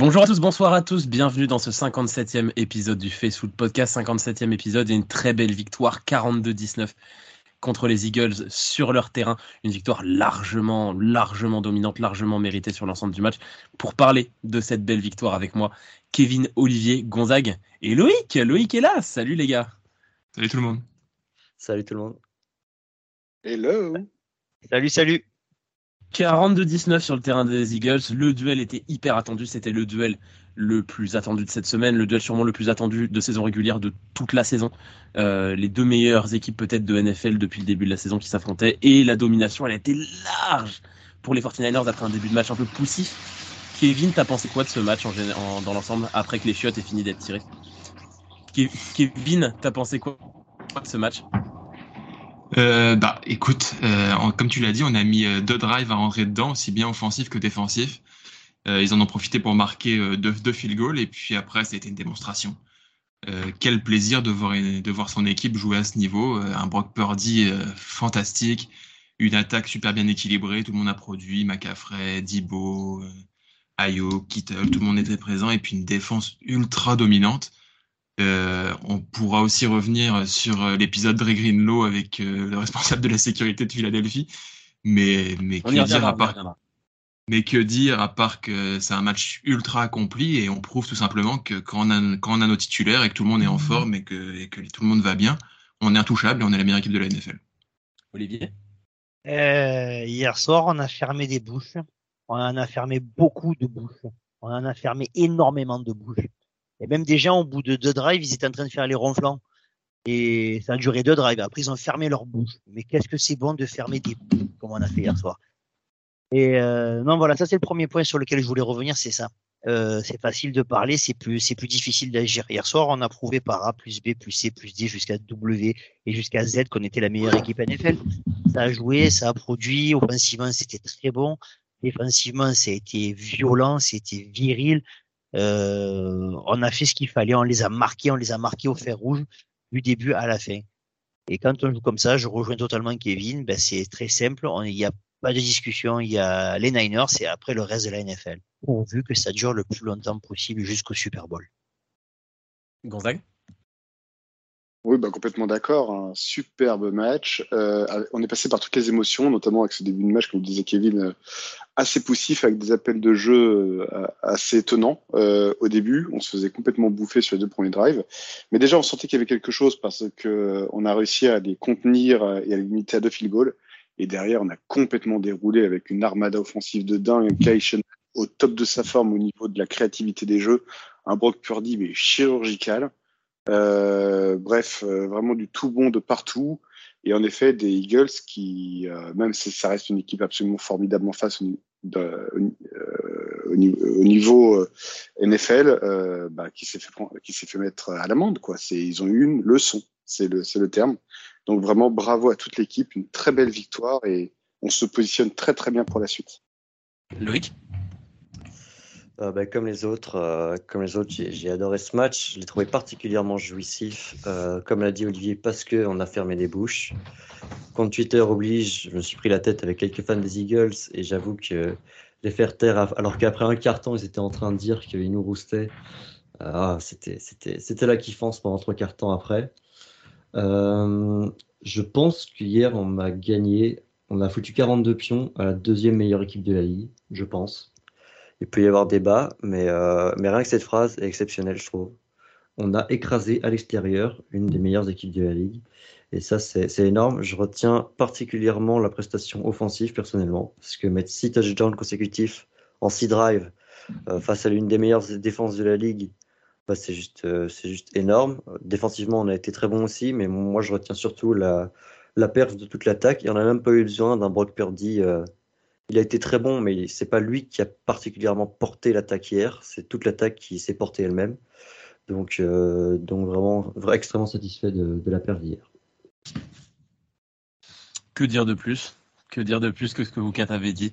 Bonjour à tous, bonsoir à tous, bienvenue dans ce 57e épisode du Facebook Podcast, 57e épisode et une très belle victoire 42-19 contre les Eagles sur leur terrain, une victoire largement dominante, largement méritée sur l'ensemble du match. Pour parler de cette belle victoire avec moi, Kevin, Olivier, Gonzague et Loïc est là, salut les gars. Salut tout le monde. Salut tout le monde. Hello. Salut. 42-19 sur le terrain des Eagles. Le duel était hyper attendu. C'était le duel le plus attendu de cette semaine. Le duel sûrement le plus attendu de saison régulière de toute la saison. Les deux meilleures équipes peut-être de NFL depuis le début de la saison qui s'affrontaient. Et la domination, elle a été large pour les 49ers après un début de match un peu poussif. Kevin, t'as pensé quoi de ce match dans l'ensemble après que les chiottes aient fini d'être tirées? Kevin, t'as pensé quoi de ce match? Écoute, comme tu l'as dit, on a mis deux drives à rentrer dedans, aussi bien offensif que défensif. Ils en ont profité pour marquer deux field goals et puis après, ça a été une démonstration. Quel plaisir de voir son équipe jouer à ce niveau. Un Brock Purdy fantastique, une attaque super bien équilibrée, tout le monde a produit, McCaffrey, Debo, Ayo, Kittle, tout le monde était présent et puis une défense ultra dominante. On pourra aussi revenir sur l'épisode Dre Greenlaw avec le responsable de la sécurité de Philadelphie. Mais que dire à part que c'est un match ultra accompli et on prouve tout simplement que quand on a nos titulaires et que tout le monde est en forme et que tout le monde va bien, on est intouchable et on est la meilleure équipe de la NFL. Olivier? Hier soir, on a fermé des bouches. On en a fermé beaucoup de bouches. On en a fermé énormément de bouches. Et même des gens, au bout de 2 drives, ils étaient en train de faire les ronflants. Et ça a duré 2 drives. Après, ils ont fermé leur bouche. Mais qu'est-ce que c'est bon de fermer des bouches, comme on a fait hier soir. Et non, voilà, ça c'est le premier point sur lequel je voulais revenir, c'est ça. C'est facile de parler, c'est plus difficile d'agir. Hier soir, on a prouvé par A plus B plus C plus D jusqu'à W et jusqu'à Z qu'on était la meilleure équipe NFL. Ça a joué, ça a produit. Offensivement, c'était très bon. Défensivement, ça a été violent, c'était viril. On a fait ce qu'il fallait, on les a marqués au fer rouge du début à la fin. Et quand on joue comme ça, je rejoins totalement Kevin, c'est très simple, il n'y a pas de discussion, il y a les Niners et après le reste de la NFL, pourvu que ça dure le plus longtemps possible jusqu'au Super Bowl. Gonzague? Oui, complètement d'accord. Un superbe match. On est passé par toutes les émotions, notamment avec ce début de match, comme disait Kevin, assez poussif, avec des appels de jeu assez étonnants. Au début, on se faisait complètement bouffer sur les 2 premiers drives. Mais déjà, on sentait qu'il y avait quelque chose parce que on a réussi à les contenir et à les limiter à 2 field goals. Et derrière, on a complètement déroulé avec une armada offensive de dingue. Kai Cenat au top de sa forme au niveau de la créativité des jeux. Un Brock Purdy, mais chirurgical. Vraiment du tout bon de partout. Et en effet, des Eagles qui, même si ça reste une équipe absolument formidable en face au niveau NFL, qui s'est fait mettre à l'amende, quoi. Ils ont eu une leçon, c'est le terme. Donc vraiment bravo à toute l'équipe, une très belle victoire et on se positionne très très bien pour la suite. Loïc? Comme les autres, j'ai adoré ce match. Je l'ai trouvé particulièrement jouissif, comme l'a dit Olivier, parce que on a fermé des bouches. Quand Twitter oblige, je me suis pris la tête avec quelques fans des Eagles et j'avoue que les faire taire, alors qu'après un quart-temps, ils étaient en train de dire qu'ils nous roustaient. C'était la kiffance pendant 3 quarts-temps après. Je pense qu'hier, on a gagné. On a foutu 42 pions à la 2e meilleure équipe de la ligue, je pense. Il peut y avoir débat, mais rien que cette phrase est exceptionnelle, je trouve. On a écrasé à l'extérieur une des meilleures équipes de la ligue. Et ça, c'est énorme. Je retiens particulièrement la prestation offensive, personnellement, parce que mettre 6 touchdowns consécutifs en 6 drives face à l'une des meilleures défenses de la ligue, c'est juste énorme. Défensivement, on a été très bon aussi, mais moi, je retiens surtout la perf de toute l'attaque. Et on n'a même pas eu besoin d'un Brock Purdy. Il a été très bon, mais c'est pas lui qui a particulièrement porté l'attaque hier. C'est toute l'attaque qui s'est portée elle-même. Donc vraiment extrêmement satisfait de la perf d'hier. Que dire de plus que ce que vous quatre avez dit?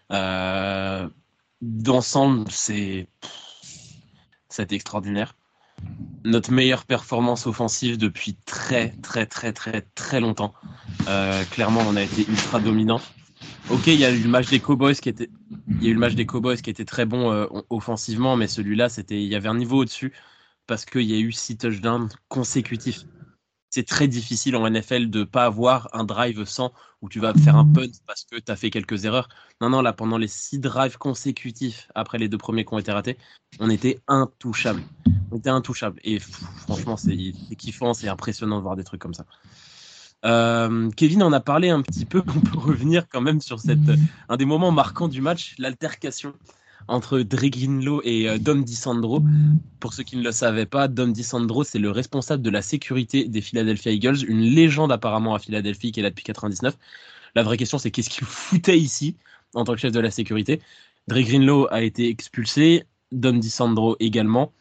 D'ensemble, c'était extraordinaire. Notre meilleure performance offensive depuis très très très très très longtemps. Clairement, on a été ultra dominant. Ok, il y a eu le match des Cowboys qui était très bon offensivement, mais celui-là, il y avait un niveau au-dessus parce qu'il y a eu 6 touchdowns consécutifs. C'est très difficile en NFL de pas avoir un drive sans où tu vas faire un punt parce que tu as fait quelques erreurs. Non, là, pendant les 6 drives consécutifs, après les 2 premiers qui ont été ratés, on était intouchables. Et franchement, c'est kiffant, c'est impressionnant de voir des trucs comme ça. Kevin en a parlé un petit peu, on peut revenir quand même sur un des moments marquants du match, l'altercation entre Dre Greenlaw et Dom DiSandro. Pour ceux qui ne le savaient pas, Dom DiSandro, c'est le responsable de la sécurité des Philadelphia Eagles, une légende apparemment à Philadelphie qui est là depuis 99. La vraie question, c'est qu'est-ce qu'il foutait ici en tant que chef de la sécurité. Dre Greenlaw a été expulsé, Dom DiSandro également.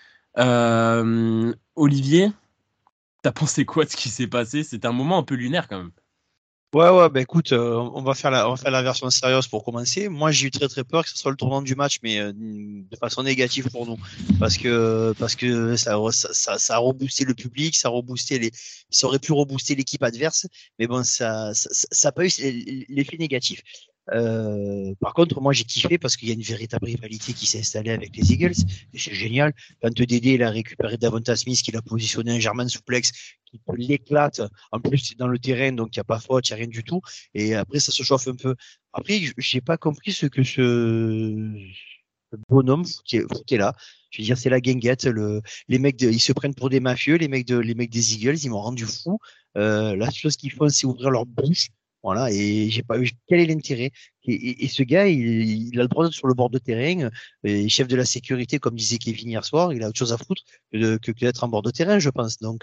Olivier, t'as pensé quoi de ce qui s'est passé? C'était un moment un peu lunaire quand même. Ouais, bah écoute, on va faire la version sérieuse pour commencer. Moi, j'ai eu très très peur que ce soit le tournant du match, mais de façon négative pour nous, parce que ça a reboosté le public, ça aurait pu rebooster l'équipe adverse, mais bon, ça a pas eu l'effet négatif. Par contre, moi j'ai kiffé parce qu'il y a une véritable rivalité qui s'est installée avec les Eagles et c'est génial. Quand Dédé il a récupéré Davonta Smith, qu'il a positionné un German suplex qui l'éclate. En plus c'est dans le terrain donc il n'y a pas faute, il n'y a rien du tout. Et après ça se chauffe un peu. Après j'ai pas compris ce que ce bonhomme foutait là. Je veux dire c'est la guinguette. Les mecs ils se prennent pour des mafieux. Les mecs des Eagles ils m'ont rendu fou. La chose qu'ils font c'est ouvrir leur bouche. Voilà, et j'ai pas eu quel est l'intérêt. Et ce gars, il a le droit d'être sur le bord de terrain, et chef de la sécurité, comme disait Kevin hier soir, il a autre chose à foutre que d'être en bord de terrain, je pense. Donc,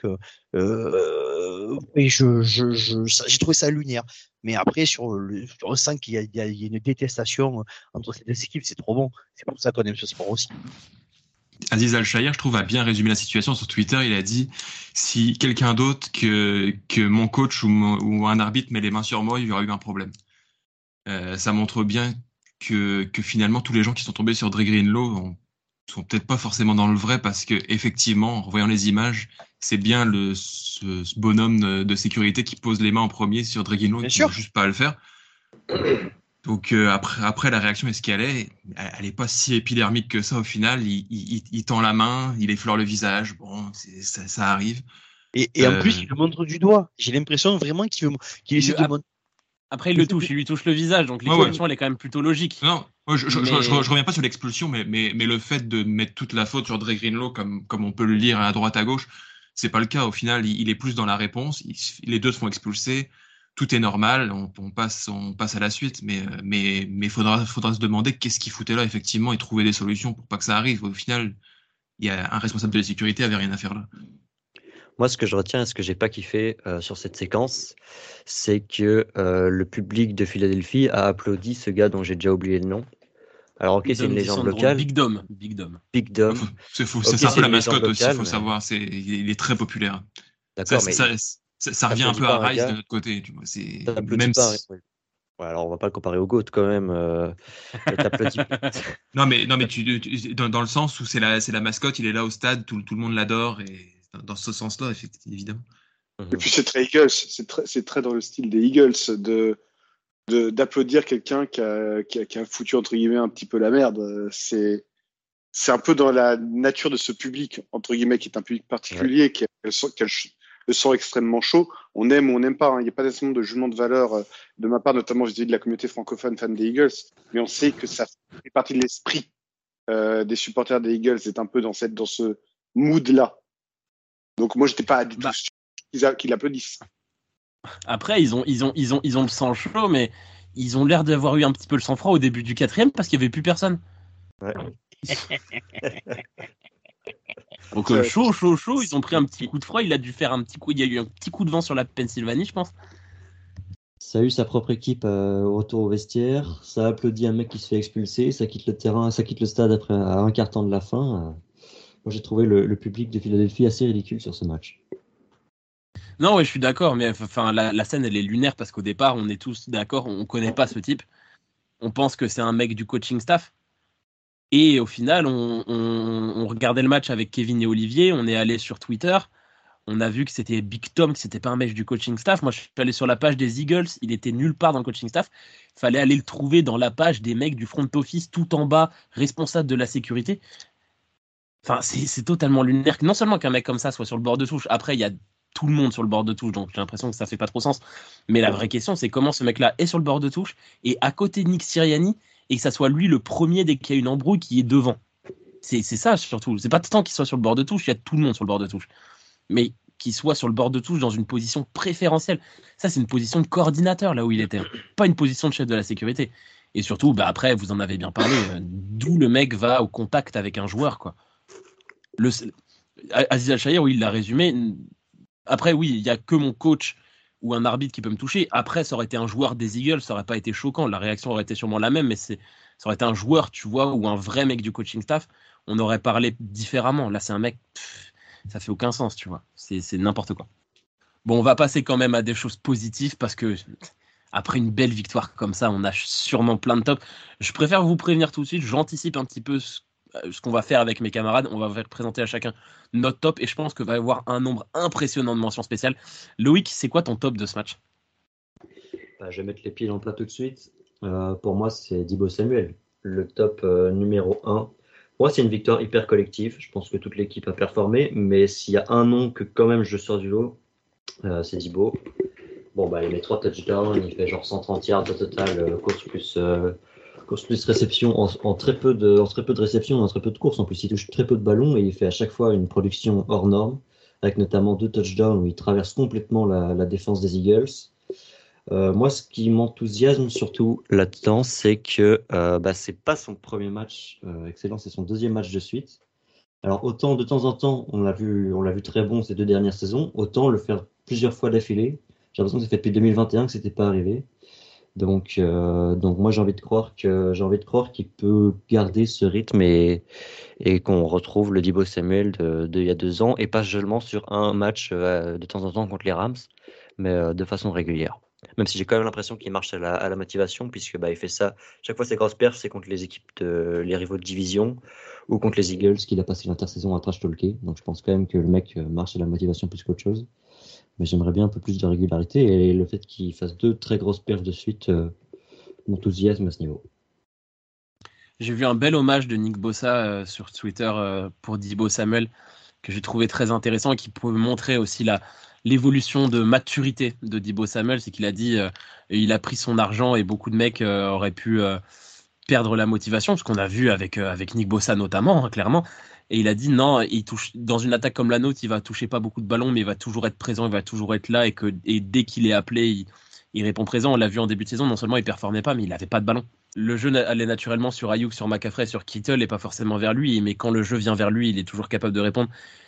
et j'ai trouvé ça lunaire. Mais après, je ressens qu'il y a une détestation entre ces deux équipes, c'est trop bon. C'est pour ça qu'on aime ce sport aussi. Aziz Al-Shahir, je trouve, a bien résumé la situation sur Twitter. Il a dit si quelqu'un d'autre que mon coach ou un arbitre met les mains sur moi, il y aura eu un problème. Ça montre bien que finalement tous les gens qui sont tombés sur Dre Greenlaw sont peut-être pas forcément dans le vrai parce que effectivement, en revoyant les images, c'est bien ce bonhomme de sécurité qui pose les mains en premier sur Dre Greenlaw et qui ne veut juste pas le faire. Donc après la réaction est ce qu'elle est, elle est pas si épidermique que ça au final. Il tend la main, il effleure le visage. Bon, ça arrive. Et en plus, il le montre du doigt. J'ai l'impression vraiment qu'il essaie de montrer. Après, il lui touche le visage, donc l'expulsion, elle est quand même plutôt logique. Non, je reviens pas sur l'expulsion, mais le fait de mettre toute la faute sur Dre Greenlaw, comme on peut le lire à droite à gauche, c'est pas le cas. Au final, il est plus dans la réponse. Les deux se font expulser. Tout est normal, on passe à la suite, mais faudra se demander qu'est-ce qu'il foutait là effectivement et trouver des solutions pour pas que ça arrive. Au final, il y a un responsable de la sécurité, avait rien à faire là. Moi, ce que je retiens et ce que j'ai pas kiffé sur cette séquence, c'est que le public de Philadelphie a applaudi ce gars dont j'ai déjà oublié le nom. Alors ok, c'est une légende locale. Big Dom. C'est fou. Okay, c'est un peu la mascotte aussi, il faut savoir. Il est très populaire. D'accord, ça revient un peu à Rice de notre côté, tu vois. C'est même pas, ouais. Ouais, alors on va pas le comparer au GOAT quand même. non mais dans le sens où c'est la mascotte, il est là au stade, tout le monde l'adore et dans ce sens-là, évidemment. Et puis c'est très Eagles, c'est très dans le style des Eagles d'applaudir quelqu'un qui a foutu entre guillemets un petit peu la merde. C'est un peu dans la nature de ce public entre guillemets qui est un public particulier, qui a le sang extrêmement chaud. On aime ou on n'aime pas. Il n'y a pas nécessairement de jugement de valeur de ma part, notamment vis-à-vis de la communauté francophone fan des Eagles, mais on sait que ça fait partie de l'esprit des supporters des Eagles, c'est un peu dans ce mood-là. Donc moi, j'étais pas du tout sûr qu'ils applaudissent. Après, ils ont le sang chaud, mais ils ont l'air d'avoir eu un petit peu le sang-froid au début du 4e parce qu'il n'y avait plus personne. Ouais. Donc chaud, ils ont pris un petit coup de froid, il a dû faire un petit coup, il y a eu un petit coup de vent sur la Pennsylvanie, je pense. Ça a eu sa propre équipe au retour au vestiaire, ça a applaudi un mec qui se fait expulser, ça quitte le terrain, ça quitte le stade après un quart temps de la fin. Moi j'ai trouvé le public de Philadelphie assez ridicule sur ce match. Non, ouais, je suis d'accord, mais enfin la scène elle est lunaire parce qu'au départ on est tous d'accord, on connaît pas ce type, on pense que c'est un mec du coaching staff. Et au final, on regardait le match avec Kevin et Olivier, on est allé sur Twitter, On a vu que c'était Big Tom, que c'était pas un mec du coaching staff. Moi, je suis allé sur la page des Eagles, il était nulle part dans le coaching staff. Il fallait aller le trouver dans la page des mecs du front office, tout en bas, responsable de la sécurité. Enfin, c'est totalement lunaire que non seulement qu'un mec comme ça soit sur le bord de touche. Après, il y a tout le monde sur le bord de touche, donc j'ai l'impression que ça fait pas trop sens. Mais la vraie question, c'est comment ce mec-là est sur le bord de touche et à côté de Nick Sirianni et que ça soit lui le premier dès qu'il y a une embrouille qui est devant. C'est ça surtout. C'est pas tant qu'il soit sur le bord de touche, il y a tout le monde sur le bord de touche. Mais qu'il soit sur le bord de touche dans une position préférentielle. Ça, c'est une position de coordinateur là où il était. Pas une position de chef de la sécurité. Et surtout, après, vous en avez bien parlé, d'où le mec va au contact avec un joueur, quoi. Aziz Al-Shaair, oui, il l'a résumé. Après, oui, il n'y a que mon coach ou un arbitre qui peut me toucher. Après, ça aurait été un joueur des Eagles, ça aurait pas été choquant. La réaction aurait été sûrement la même, mais ça aurait été un joueur, tu vois, ou un vrai mec du coaching staff. On aurait parlé différemment. Là, c'est un mec, ça fait aucun sens, tu vois. C'est n'importe quoi. Bon, on va passer quand même à des choses positives parce que après une belle victoire comme ça, on a sûrement plein de tops. Je préfère vous prévenir tout de suite. J'anticipe un petit peu ce qu'on va faire avec mes camarades. On va présenter à chacun notre top et je pense que va y avoir un nombre impressionnant de mentions spéciales. Loïc, c'est quoi ton top de ce match ? Je vais mettre les pieds dans le plat tout de suite. Pour moi, c'est Deebo Samuel, le top numéro 1. Moi, c'est une victoire hyper collective. Je pense que toute l'équipe a performé, mais s'il y a un nom que quand même je sors du lot, c'est Deebo. Bon, il met 3 touchdowns, il fait genre 130 yards au total, course plus réception, en très peu de réception, en très peu de courses. En plus, il touche très peu de ballons et il fait à chaque fois une production hors norme, avec notamment 2 touchdowns où il traverse complètement la défense des Eagles. Moi, ce qui m'enthousiasme surtout là-dedans, c'est que c'est pas son premier match excellent, c'est son deuxième match de suite. Alors autant de temps en temps, on l'a vu très bon ces 2 dernières saisons, autant le faire plusieurs fois d'affilée. J'ai l'impression que ça fait depuis 2021 que c'était pas arrivé. Donc moi j'ai envie de croire qu'il peut garder ce rythme et qu'on retrouve le Deebo Samuel de il y a 2 ans et pas seulement sur un match de temps en temps contre les Rams, mais de façon régulière. Même si j'ai quand même l'impression qu'il marche à la motivation puisque il fait ça chaque fois ses grosses perfs c'est contre les équipes les rivaux de division ou contre les Eagles qu'il a passé l'intersaison à trash talker. Donc je pense quand même que le mec marche à la motivation plus qu'autre chose. Mais j'aimerais bien un peu plus de régularité et le fait qu'il fasse 2 très grosses perfs de suite m'enthousiasme à ce niveau. J'ai vu un bel hommage de Nick Bosa sur Twitter pour Deebo Samuel que j'ai trouvé très intéressant et qui peut montrer aussi l'évolution de maturité de Deebo Samuel. C'est qu'il a dit il a pris son argent et beaucoup de mecs auraient pu perdre la motivation, ce qu'on a vu avec Nick Bosa notamment, clairement. Et il a dit non, il touche dans une attaque comme la nôtre, il va toucher pas beaucoup de ballons, mais il va toujours être présent, il va toujours être là, et dès qu'il est appelé, il répond présent. On l'a vu en début de saison, non seulement il performait pas, mais il avait pas de ballon. Le jeu allait naturellement sur Ayuk, sur McCaffrey, sur Kittle, et pas forcément vers lui. Mais quand le jeu vient vers lui, il est toujours capable de répondre.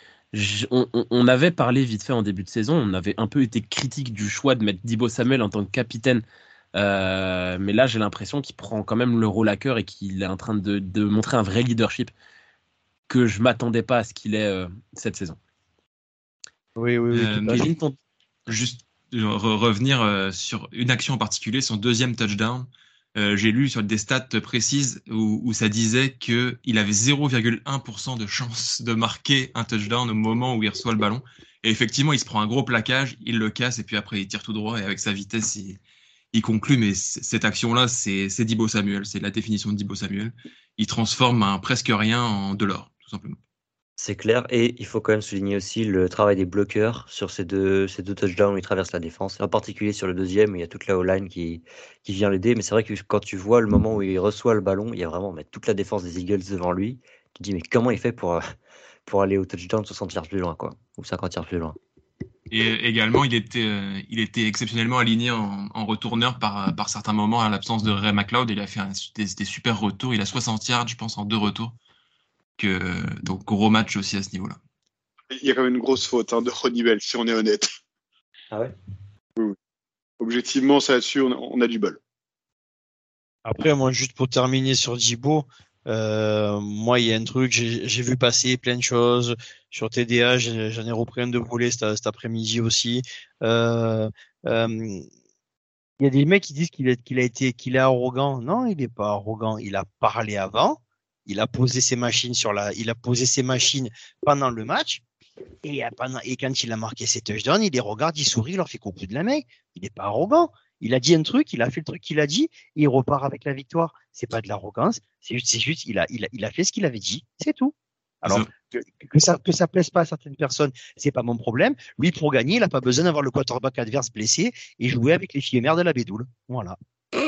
On avait parlé vite fait en début de saison, on avait un peu été critique du choix de mettre Deebo Samuel en tant que capitaine. Mais là, j'ai l'impression qu'il prend quand même le rôle à cœur et qu'il est en train de montrer un vrai leadership que je m'attendais pas à ce qu'il ait cette saison. Oui. Kevin, juste revenir sur une action en particulier, son 2e touchdown. J'ai lu sur des stats précises où ça disait qu'il avait 0,1% de chance de marquer un touchdown au moment où il reçoit le ballon. Et effectivement, il se prend un gros plaquage, il le casse et puis après il tire tout droit et avec sa vitesse, il conclut. Mais cette action-là, c'est Deebo Samuel, c'est la définition de Deebo Samuel. Il transforme un presque rien en de l'or, tout simplement. C'est clair, et il faut quand même souligner aussi le travail des bloqueurs sur ces deux touchdowns où ils traversent la défense, en particulier sur le deuxième, où il y a toute la O-line qui vient l'aider, mais c'est vrai que quand tu vois le moment où il reçoit le ballon, il y a vraiment toute la défense des Eagles devant lui, tu te dis mais comment il fait pour aller au touchdown 60 yards plus loin, quoi, ou 50 yards plus loin. Et également, il était exceptionnellement aligné en retourneur par certains moments à l'absence de Ray McLeod. Il a fait des super retours, il a 60 yards, je pense, en 2 retours. Donc gros match aussi à ce niveau-là. Il y a quand même une grosse faute de Ronnie Bell, si on est honnête. Ah ouais ? Oui. Objectivement, ça là-dessus, on a du bol. Après, moi, juste pour terminer sur Deebo, moi, il y a un truc, j'ai vu passer plein de choses sur TDA, j'en ai repris un de volée cet après-midi aussi. Il y a des mecs qui disent qu'il est arrogant. Non, il n'est pas arrogant. Il a parlé avant. Il a posé ses machines pendant le match. Et quand il a marqué ses touchdowns, il les regarde, il sourit, il leur fait coucou de la main. Il n'est pas arrogant. Il a dit un truc, il a fait le truc qu'il a dit, et il repart avec la victoire. C'est pas de l'arrogance, c'est juste, il a fait ce qu'il avait dit, c'est tout. Alors, que ça plaise pas à certaines personnes, c'est pas mon problème. Lui, pour gagner, il n'a pas besoin d'avoir le quarterback adverse blessé et jouer avec les filles mères de la bédoule. Voilà.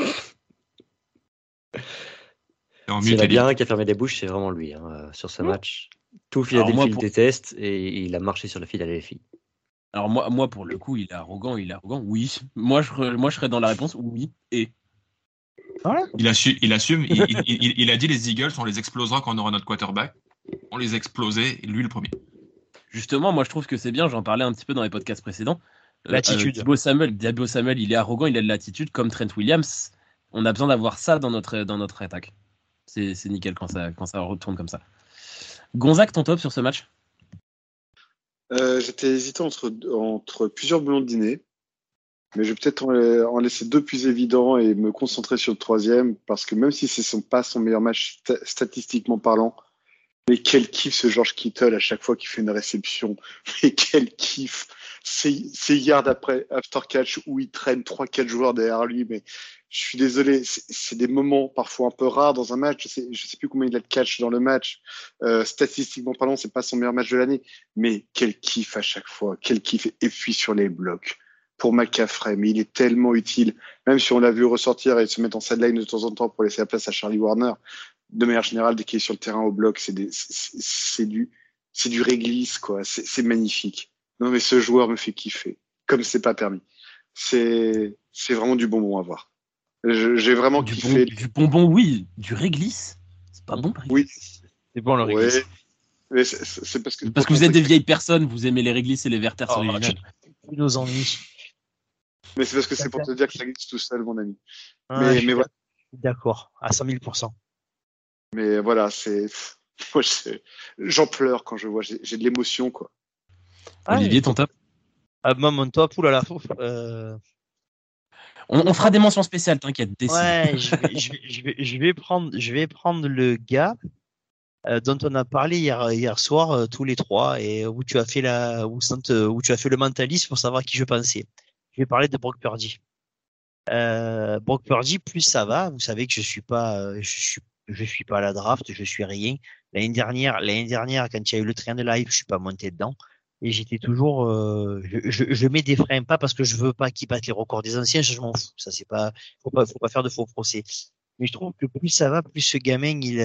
S'il y en a bien un qui a fermé des bouches, c'est vraiment lui, sur ce match. Tout Philadelphie le déteste et il a marché sur le Philadelphie. Alors moi, pour le coup, il est arrogant, oui. Moi, je serais dans la réponse oui et. Voilà. Il assume. Il a dit les Eagles, on les explosera quand on aura notre quarterback. On les explosait, et lui le premier. Justement, moi je trouve que c'est bien, j'en parlais un petit peu dans les podcasts précédents. L'attitude. Deebo Samuel, il est arrogant, il a de l'attitude comme Trent Williams. On a besoin d'avoir ça dans notre attaque. C'est nickel quand ça retourne comme ça. Gonzague, ton top sur ce match? J'étais hésitant entre plusieurs bouillons de dîner, mais je vais peut-être en laisser deux plus évidents et me concentrer sur le troisième, parce que même si c'est pas son meilleur match statistiquement parlant, mais quel kiff ce George Kittle à chaque fois qu'il fait une réception. Mais quel kiff. Ces yards after catch où il traîne 3-4 joueurs derrière lui. Mais je suis désolé, c'est des moments parfois un peu rares dans un match. Je sais plus combien il a de catch dans le match. Statistiquement parlant, c'est pas son meilleur match de l'année. Mais quel kiff à chaque fois. Quel kiff. Et puis sur les blocs. Pour McCaffrey, mais il est tellement utile. Même si on l'a vu ressortir et se mettre en sideline de temps en temps pour laisser la place à Charlie Warner. De manière générale, dès qu'il est sur le terrain au bloc, c'est du réglisse, quoi. C'est magnifique. Non, mais ce joueur me fait kiffer. Comme c'est pas permis. C'est vraiment du bonbon à voir. J'ai vraiment kiffé. Du bonbon, oui. Du réglisse. C'est pas bon, le réglisse. Oui. C'est bon, le réglisse. Ouais. Mais c'est parce que vous êtes des vieilles personnes, vous aimez les réglisses et les verters originales. Nos ennuis. Mais c'est parce que c'est pour te dire que ça glisse tout seul, mon ami. Mais voilà. D'accord, à 100 000%. Mais voilà, moi, j'en pleure quand je vois, j'ai de l'émotion, quoi. Olivier, ton top? Moi, mon top, oulala. On fera des mentions spéciales, t'inquiète. Ouais, je vais prendre le gars dont on a parlé hier soir tous les trois et où tu as fait le mentaliste pour savoir qui je pensais. Je vais parler de Brock Purdy. Brock Purdy, plus ça va. Vous savez que je suis pas à la draft, je suis rien. L'année dernière, quand il y a eu le train de live, je suis pas monté dedans. Et j'étais toujours, je mets des freins, pas parce que je veux pas qu'il batte les records des anciens, je m'en fous. Ça, c'est pas, faut pas faire de faux procès. Mais je trouve que plus ça va, plus ce gamin, il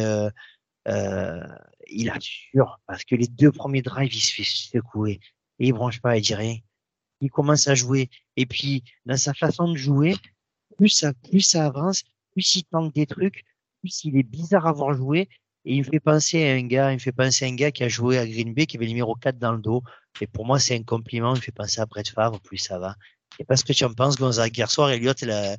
assure. Parce que les deux premiers drives, il se fait secouer. Et il branche pas, il dit rien. Il commence à jouer. Et puis, dans sa façon de jouer, plus ça avance, plus il tente des trucs, plus il est bizarre à voir jouer. Et il me fait penser à un gars qui a joué à Green Bay, qui avait le numéro 4 dans le dos. Et pour moi, c'est un compliment. Il me fait penser à Brett Favre, plus ça va. Et parce que tu en penses, Gonzague, hier soir, Elliott,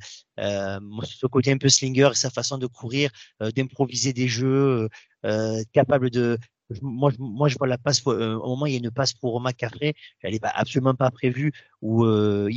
ce côté un peu slinger et sa façon de courir, d'improviser des jeux, capable de, moi, je vois la passe, au moment, il y a une passe pour McCaffrey, elle n'est absolument pas prévue, où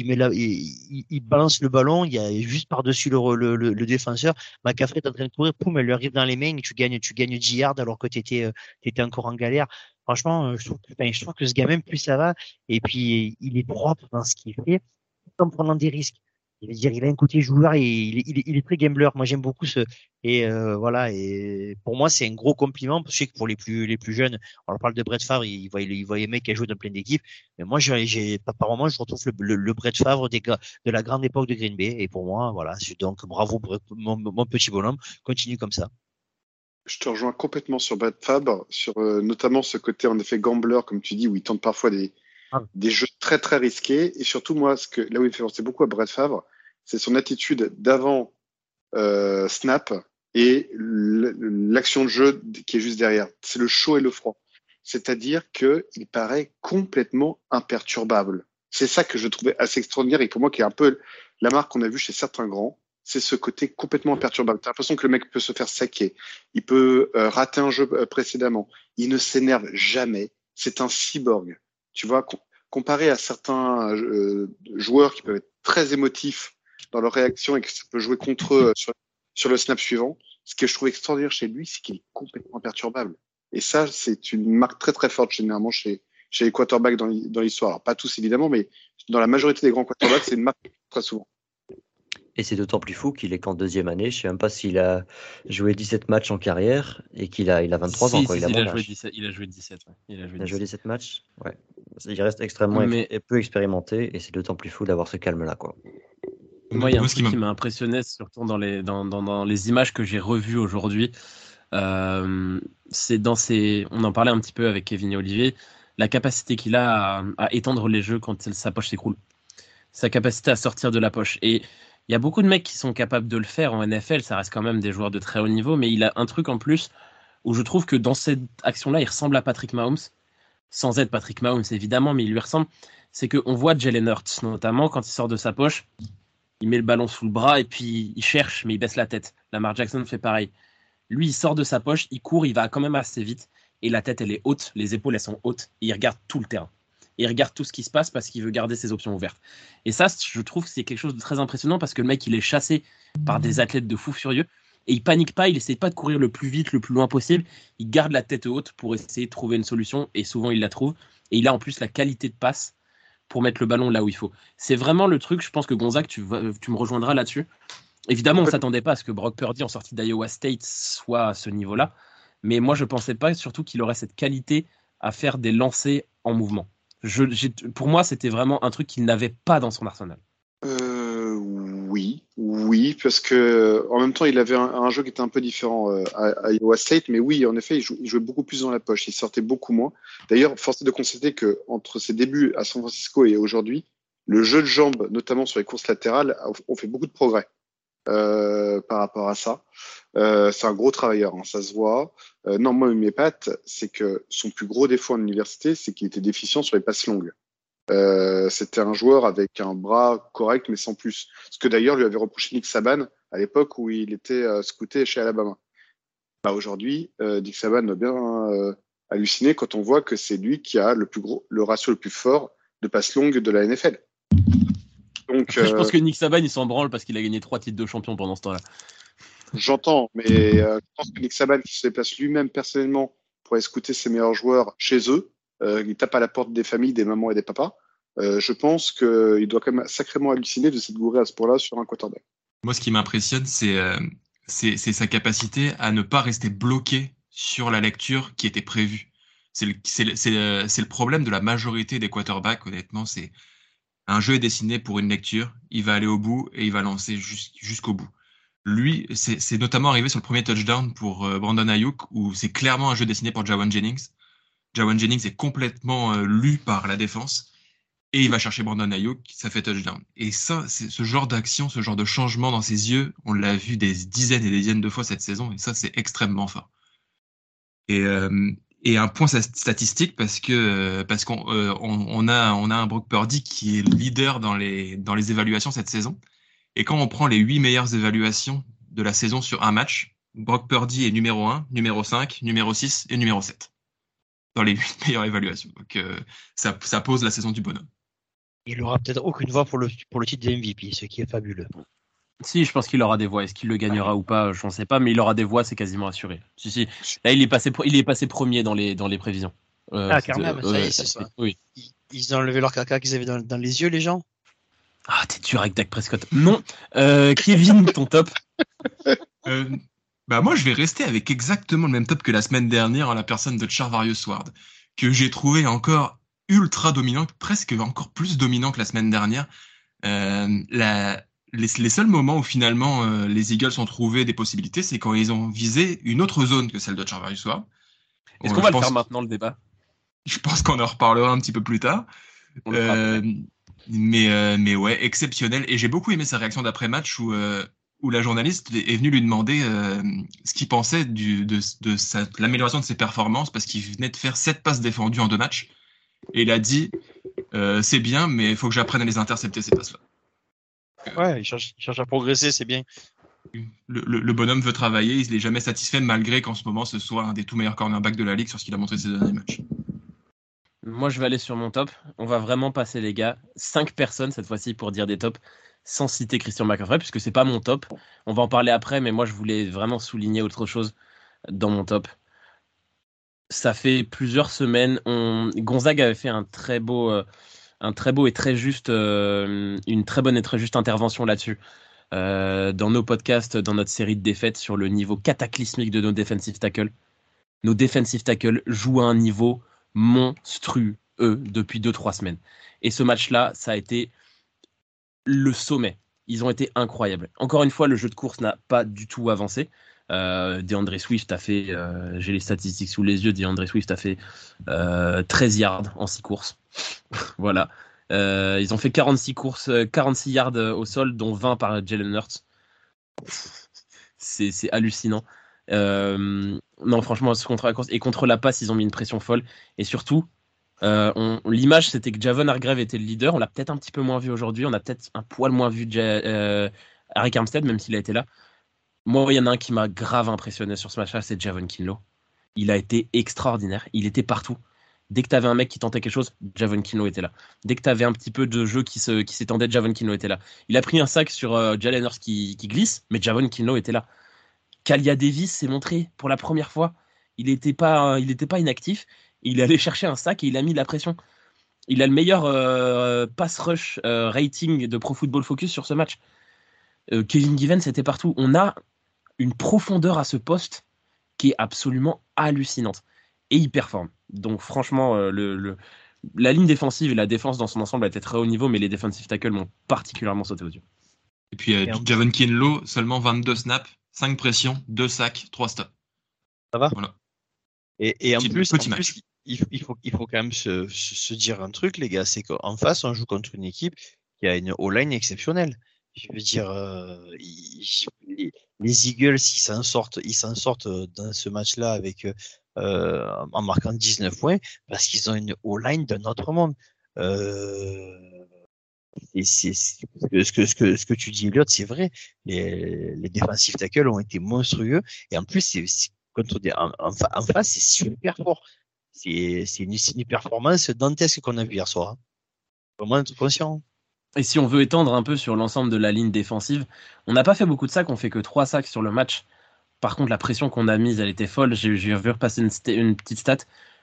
il balance le ballon, il y a juste par-dessus le défenseur, McCaffrey est en train de courir, poum, elle lui arrive dans les mains et tu gagnes 10 yards alors que tu étais encore en galère. Franchement, je trouve que ce gamin, plus ça va, et puis il est propre dans ce qu'il fait, tout en prenant des risques. Il veut dire, il a un côté joueur et il est très gambler. Moi, j'aime beaucoup voilà. Et pour moi, c'est un gros compliment. Je sais que pour les plus jeunes, on leur parle de Brett Favre, il voit les mecs qui jouent dans plein d'équipes. Mais moi, par moment, je retrouve le Brett Favre de la grande époque de Green Bay. Et pour moi, voilà. Donc, bravo, mon petit bonhomme. Continue comme ça. Je te rejoins complètement sur Brett Favre, sur notamment ce côté, en effet, gambler, comme tu dis, où il tente parfois des jeux très très risqués, et surtout moi là où il me fait penser beaucoup à Brett Favre, c'est son attitude d'avant snap et l'action de jeu qui est juste derrière. C'est le chaud et le froid. C'est-à-dire que il paraît complètement imperturbable. C'est ça que je trouvais assez extraordinaire et pour moi qui est un peu la marque qu'on a vue chez certains grands, c'est ce côté complètement imperturbable. T'as l'impression que le mec peut se faire saquer, il peut rater un jeu précédemment, il ne s'énerve jamais. C'est un cyborg. Tu vois, comparé à certains joueurs qui peuvent être très émotifs dans leur réaction et que ça peut jouer contre eux sur le snap suivant, ce que je trouve extraordinaire chez lui, c'est qu'il est complètement imperturbable. Et ça, c'est une marque très très forte généralement chez chez les quarterbacks dans l'histoire. Alors, pas tous évidemment, mais dans la majorité des grands quarterbacks, c'est une marque très souvent. Et c'est d'autant plus fou qu'il est qu'en deuxième année. Je sais même pas s'il a joué 17 matchs en carrière et qu'il a 23 ans. Si, Quoi. si, Il a il mon a joué âge. 17. Il a joué 17. Ouais. Il a joué Il a joué 17. 17 matchs. Ouais. Il reste extrêmement peu expérimenté et c'est d'autant plus fou d'avoir ce calme-là. Quoi. Moi, il y a un truc qui m'a impressionné, surtout dans les images que j'ai revues aujourd'hui. C'est on en parlait un petit peu avec Kevin et Olivier, la capacité qu'il a à étendre les jeux quand sa poche s'écroule. Sa capacité à sortir de la poche. Et il y a beaucoup de mecs qui sont capables de le faire en NFL, ça reste quand même des joueurs de très haut niveau, mais il a un truc en plus où je trouve que dans cette action-là, il ressemble à Patrick Mahomes, sans être Patrick Mahomes évidemment, mais il lui ressemble. C'est qu'on voit Jalen Hurts, notamment quand il sort de sa poche, il met le ballon sous le bras et puis il cherche, mais il baisse la tête. Lamar Jackson fait pareil. Lui, il sort de sa poche, il court, il va quand même assez vite, et la tête, elle est haute, les épaules, elles sont hautes, et il regarde tout le terrain. Et il regarde tout ce qui se passe parce qu'il veut garder ses options ouvertes. Et ça, je trouve que c'est quelque chose de très impressionnant parce que le mec, il est chassé par des athlètes de fous furieux, et il panique pas, il essaie pas de courir le plus vite, le plus loin possible, il garde la tête haute pour essayer de trouver une solution, et souvent il la trouve, et il a en plus la qualité de passe pour mettre le ballon là où il faut. C'est vraiment le truc, je pense que Gonzague, tu me rejoindras là-dessus. Évidemment, on ne s'attendait pas à ce que Brock Purdy, en sortie d'Iowa State, soit à ce niveau-là. Mais moi, je ne pensais pas surtout qu'il aurait cette qualité à faire des lancers en mouvement. Pour moi, c'était vraiment un truc qu'il n'avait pas dans son arsenal. Oui, parce que en même temps, il avait un jeu qui était un peu différent à Iowa State, mais oui, en effet, il jouait beaucoup plus dans la poche, il sortait beaucoup moins. D'ailleurs, force est de constater que entre ses débuts à San Francisco et aujourd'hui, le jeu de jambes, notamment sur les courses latérales, ont fait beaucoup de progrès par rapport à ça. C'est un gros travailleur, hein, ça se voit. Non, moi, mes pattes, c'est que son plus gros défaut en université, c'est qu'il était déficient sur les passes longues. C'était un joueur avec un bras correct, mais sans plus. Ce que d'ailleurs lui avait reproché Nick Saban à l'époque où il était scouté chez Alabama. Bah, aujourd'hui, Nick Saban a bien halluciné quand on voit que c'est lui qui a le ratio le plus fort de passes longues de la NFL. Donc, après, je pense que Nick Saban, il s'en branle parce qu'il a gagné 3 titres de champion pendant ce temps-là. J'entends, mais je pense que Nick Saban, qui se déplace lui-même personnellement pour aller scouter ses meilleurs joueurs chez eux, il tape à la porte des familles, des mamans et des papas. Je pense qu'il doit quand même sacrément halluciner de s'être gouré à ce point-là sur un quarterback. Moi, ce qui m'impressionne, c'est sa capacité à ne pas rester bloqué sur la lecture qui était prévue. C'est le problème de la majorité des quarterbacks, honnêtement. C'est un jeu est dessiné pour une lecture, il va aller au bout et il va lancer jusqu'au bout. Lui, c'est notamment arrivé sur le premier touchdown pour Brandon Ayuk, où c'est clairement un jeu dessiné pour Jawan Jennings. Jawan Jennings est complètement lu par la défense. Et il va chercher Brandon Ayuk, ça fait touchdown. Et ça, c'est ce genre d'action, ce genre de changement dans ses yeux, on l'a vu des dizaines et des dizaines de fois cette saison, et ça, c'est extrêmement fort. Et un point statistique parce qu'on a un Brock Purdy qui est leader dans les évaluations cette saison. Et quand on prend les 8 meilleures évaluations de la saison sur un match, Brock Purdy est numéro 1, numéro 5, numéro 6 et numéro 7 dans les 8 meilleures évaluations. Donc ça pose la saison du bonhomme. Il aura peut-être aucune voix pour le titre de MVP, ce qui est fabuleux. Si, je pense qu'il aura des voix. Est-ce qu'il le gagnera ou pas, je ne sais pas, mais il aura des voix, c'est quasiment assuré. Si. Là, il est passé premier dans les prévisions. Quand même, ça y est, c'est ça. Oui. Ils ont enlevé leur caca qu'ils avaient dans les yeux, les gens. Ah, t'es dur avec Dak Prescott. Non. Kevin, ton top. Moi, je vais rester avec exactement le même top que la semaine dernière en la personne de Charvarius Ward, que j'ai trouvé encore ultra dominant, presque encore plus dominant que la semaine dernière. Les seuls moments où finalement les Eagles ont trouvé des possibilités, c'est quand ils ont visé une autre zone que celle de Charvarius Ward. Est-ce qu'on va le faire maintenant, le débat ? Je pense qu'on en reparlera un petit peu plus tard. Mais ouais, exceptionnel. Et j'ai beaucoup aimé sa réaction d'après-match où la journaliste est venue lui demander ce qu'il pensait de l'amélioration de ses performances parce qu'il venait de faire 7 passes défendues en 2 matchs. Et il a dit c'est bien, mais il faut que j'apprenne à les intercepter, ces passes-là. Ouais, il cherche à progresser, c'est bien. Le bonhomme veut travailler, il n'est jamais satisfait malgré qu'en ce moment ce soit un des tout meilleurs cornerbacks de la ligue sur ce qu'il a montré ces derniers matchs. Moi, je vais aller sur mon top. On va vraiment passer, les gars. 5 personnes cette fois-ci pour dire des tops, sans citer Christian McCaffrey, puisque c'est pas mon top. On va en parler après, mais moi, je voulais vraiment souligner autre chose dans mon top. Ça fait plusieurs semaines. Gonzague avait fait un très beau et très juste, une très bonne et très juste intervention là-dessus. Dans nos podcasts, dans notre série de défaites sur le niveau cataclysmique de nos defensive tackles. Nos defensive tackles jouent à un niveau monstrueux depuis 2-3 semaines. Et ce match-là, ça a été le sommet. Ils ont été incroyables. Encore une fois, le jeu de course n'a pas du tout avancé. DeAndre Swift a fait, j'ai les statistiques sous les yeux, DeAndre Swift a fait 13 yards en 6 courses. Voilà. Ils ont fait 46 courses, 46 yards au sol, dont 20 par Jalen Hurts. C'est hallucinant. Non, franchement, contre la course et contre la passe, ils ont mis une pression folle. Et surtout, l'image, c'était que Javon Hargrave était le leader. On l'a peut-être un petit peu moins vu aujourd'hui. On a peut-être un poil moins vu Arik Armstead, même s'il a été là. Moi, il y en a un qui m'a grave impressionné sur ce match-là, c'est Javon Kinlaw. Il a été extraordinaire. Il était partout. Dès que tu avais un mec qui tentait quelque chose, Javon Kinlaw était là. Dès que tu avais un petit peu de jeu qui s'étendait, Javon Kinlaw était là. Il a pris un sac sur Jalen Hurts qui glisse, mais Javon Kinlaw était là. Kalia Davis s'est montré pour la première fois. Il n'était pas inactif. Il est allé chercher un sac et il a mis de la pression. Il a le meilleur pass rush rating de Pro Football Focus sur ce match. Kevin Givens était partout. On a une profondeur à ce poste qui est absolument hallucinante. Et il performe. Donc franchement, la ligne défensive et la défense dans son ensemble a été très haut niveau, mais les defensive tackles m'ont particulièrement sauté aux yeux. Et puis Javon Kinlaw, seulement 22 snaps, 5 pressions, 2 sacs, 3 stops. Ça va voilà. Et en plus, il faut quand même se dire un truc, les gars, c'est qu'en face, on joue contre une équipe qui a une O-line exceptionnelle. Je veux dire, les Eagles, ils s'en sortent dans ce match-là avec en marquant 19 points parce qu'ils ont une O-line d'un autre monde. Ce que tu dis, Elliot, c'est vrai. Les defensive tackles ont été monstrueux et en plus, en face, c'est super fort. C'est une performance dantesque qu'on a vu hier soir. Hein. Vraiment être conscient. Et si on veut étendre un peu sur l'ensemble de la ligne défensive, on n'a pas fait beaucoup de sacs, on fait que 3 sacs sur le match. Par contre, la pression qu'on a mise, elle était folle. J'ai vu repasser une petite stat.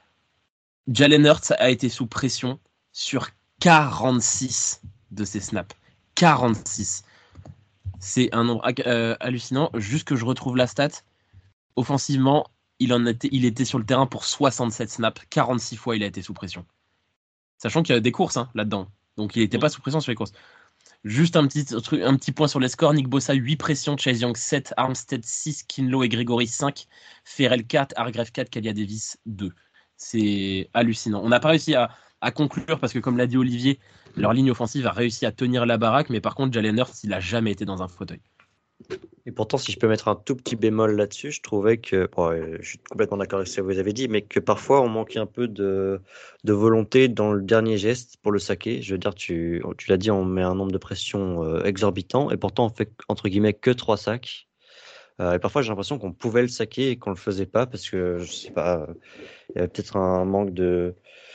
Jalen Hurts a été sous pression sur 46 de ses snaps. 46. C'est un nombre hallucinant. Juste que je retrouve la stat. Offensivement, il était sur le terrain pour 67 snaps. 46 fois, il a été sous pression. Sachant qu'il y a des courses là-dedans. Donc il n'était pas sous pression sur les courses. Juste un petit point sur les scores. Nick Bossa 8 pressions, Chase Young 7, Armstead 6, Kinlaw et Gregory 5, Ferrell 4, Hargrave 4, Kalia Davis 2. C'est hallucinant. On n'a pas réussi à conclure parce que comme l'a dit Olivier, leur ligne offensive a réussi à tenir la baraque, mais par contre Jalen Hurts, il n'a jamais été dans un fauteuil. Et pourtant, si je peux mettre un tout petit bémol là-dessus, je trouvais que, je suis complètement d'accord avec ce que vous avez dit, mais que parfois on manquait un peu de volonté dans le dernier geste pour le saquer. Je veux dire, tu l'as dit, on met un nombre de pressions exorbitant, et pourtant on fait entre guillemets que 3 sacs. Et parfois j'ai l'impression qu'on pouvait le saquer et qu'on le faisait pas parce que je sais pas, il y avait peut-être un manque de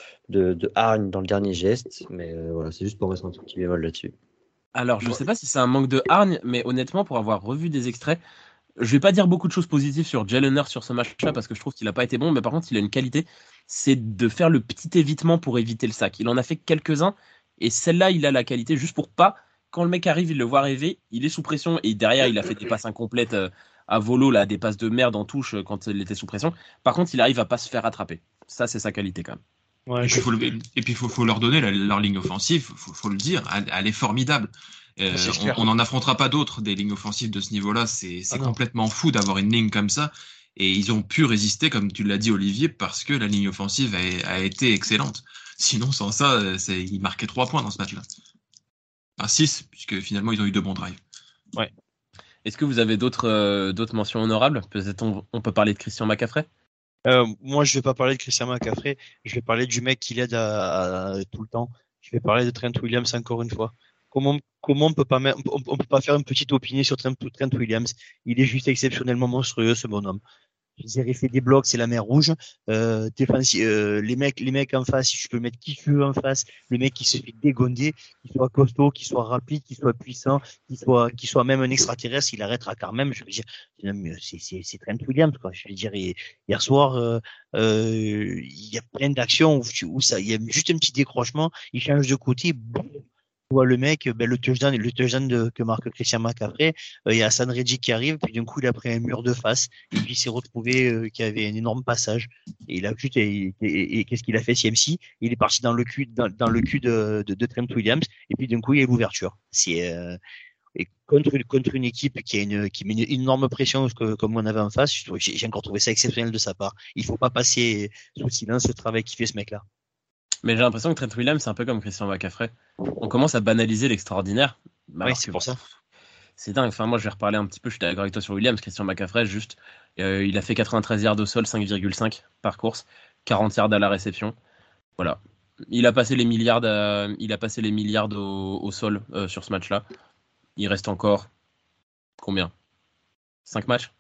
hargne dans le dernier geste, mais voilà, c'est juste pour mettre un tout petit bémol là-dessus. Alors, je ne sais pas si c'est un manque de hargne, mais honnêtement, pour avoir revu des extraits, je vais pas dire beaucoup de choses positives sur Jalen Hurts sur ce match-là parce que je trouve qu'il n'a pas été bon, mais par contre, il a une qualité, c'est de faire le petit évitement pour éviter le sac. Il en a fait quelques-uns, et celle-là, il a la qualité juste pour pas, quand le mec arrive, il le voit rêver, il est sous pression, et derrière, il a fait des passes incomplètes à volo, là, des passes de merde en touche quand il était sous pression. Par contre, il arrive à pas se faire attraper. Ça, c'est sa qualité quand même. Ouais, et puis, faut leur donner leur ligne offensive, faut le dire, elle est formidable. On n'en affrontera pas d'autres des lignes offensives de ce niveau-là. C'est complètement fou d'avoir une ligne comme ça. Et ils ont pu résister, comme tu l'as dit, Olivier, parce que la ligne offensive a été excellente. Sinon, sans ça, ils marquaient 3 points dans ce match-là. Enfin, 6, puisque finalement, ils ont eu 2 bons drives. Ouais. Est-ce que vous avez d'autres mentions honorables ? Peut-être on peut parler de Christian McCaffrey ? Moi, je vais pas parler de Christian McCaffrey. Je vais parler du mec qui l'aide à tout le temps. Je vais parler de Trent Williams encore une fois. Comment on peut pas faire une petite opinion sur Trent Williams? Il est juste exceptionnellement monstrueux, ce bonhomme. Il fait des blocs, c'est la mer rouge. Les mecs en face, si tu peux mettre qui tu veux en face, le mec qui se fait dégonder, qui soit costaud, qui soit rapide, qui soit puissant, qui soit même un extraterrestre, il arrêtera quand même. Je veux dire, c'est Trent Williams, quoi. Je veux dire, hier soir, il y a plein d'actions où ça, il y a juste un petit décrochement, il change de côté, boum, tu vois le mec, le touchdown que marque Christian McCaffrey, il y a Hassan Reddick qui arrive, puis d'un coup il a pris un mur de face, et puis il s'est retrouvé qu'il y avait un énorme passage, et il a juste et qu'est-ce qu'il a fait CMC? Il est parti dans le cul de Trent Williams, et puis d'un coup il y a l'ouverture. Et contre une équipe qui met une énorme pression comme on avait en face, j'ai encore trouvé ça exceptionnel de sa part. Il faut pas passer sous silence le travail qu'il fait ce mec-là. Mais j'ai l'impression que Trent Williams, c'est un peu comme Christian McCaffrey. On commence à banaliser l'extraordinaire. Oui, c'est pour ça. C'est dingue. Enfin, moi, je vais reparler un petit peu. Je suis d'accord avec toi sur Williams. Christian McCaffrey, juste, il a fait 93 yards au sol, 5,5 par course, 40 yards à la réception. Voilà. Il a passé les milliards, au sol sur ce match-là. Il reste encore combien? 5 matchs?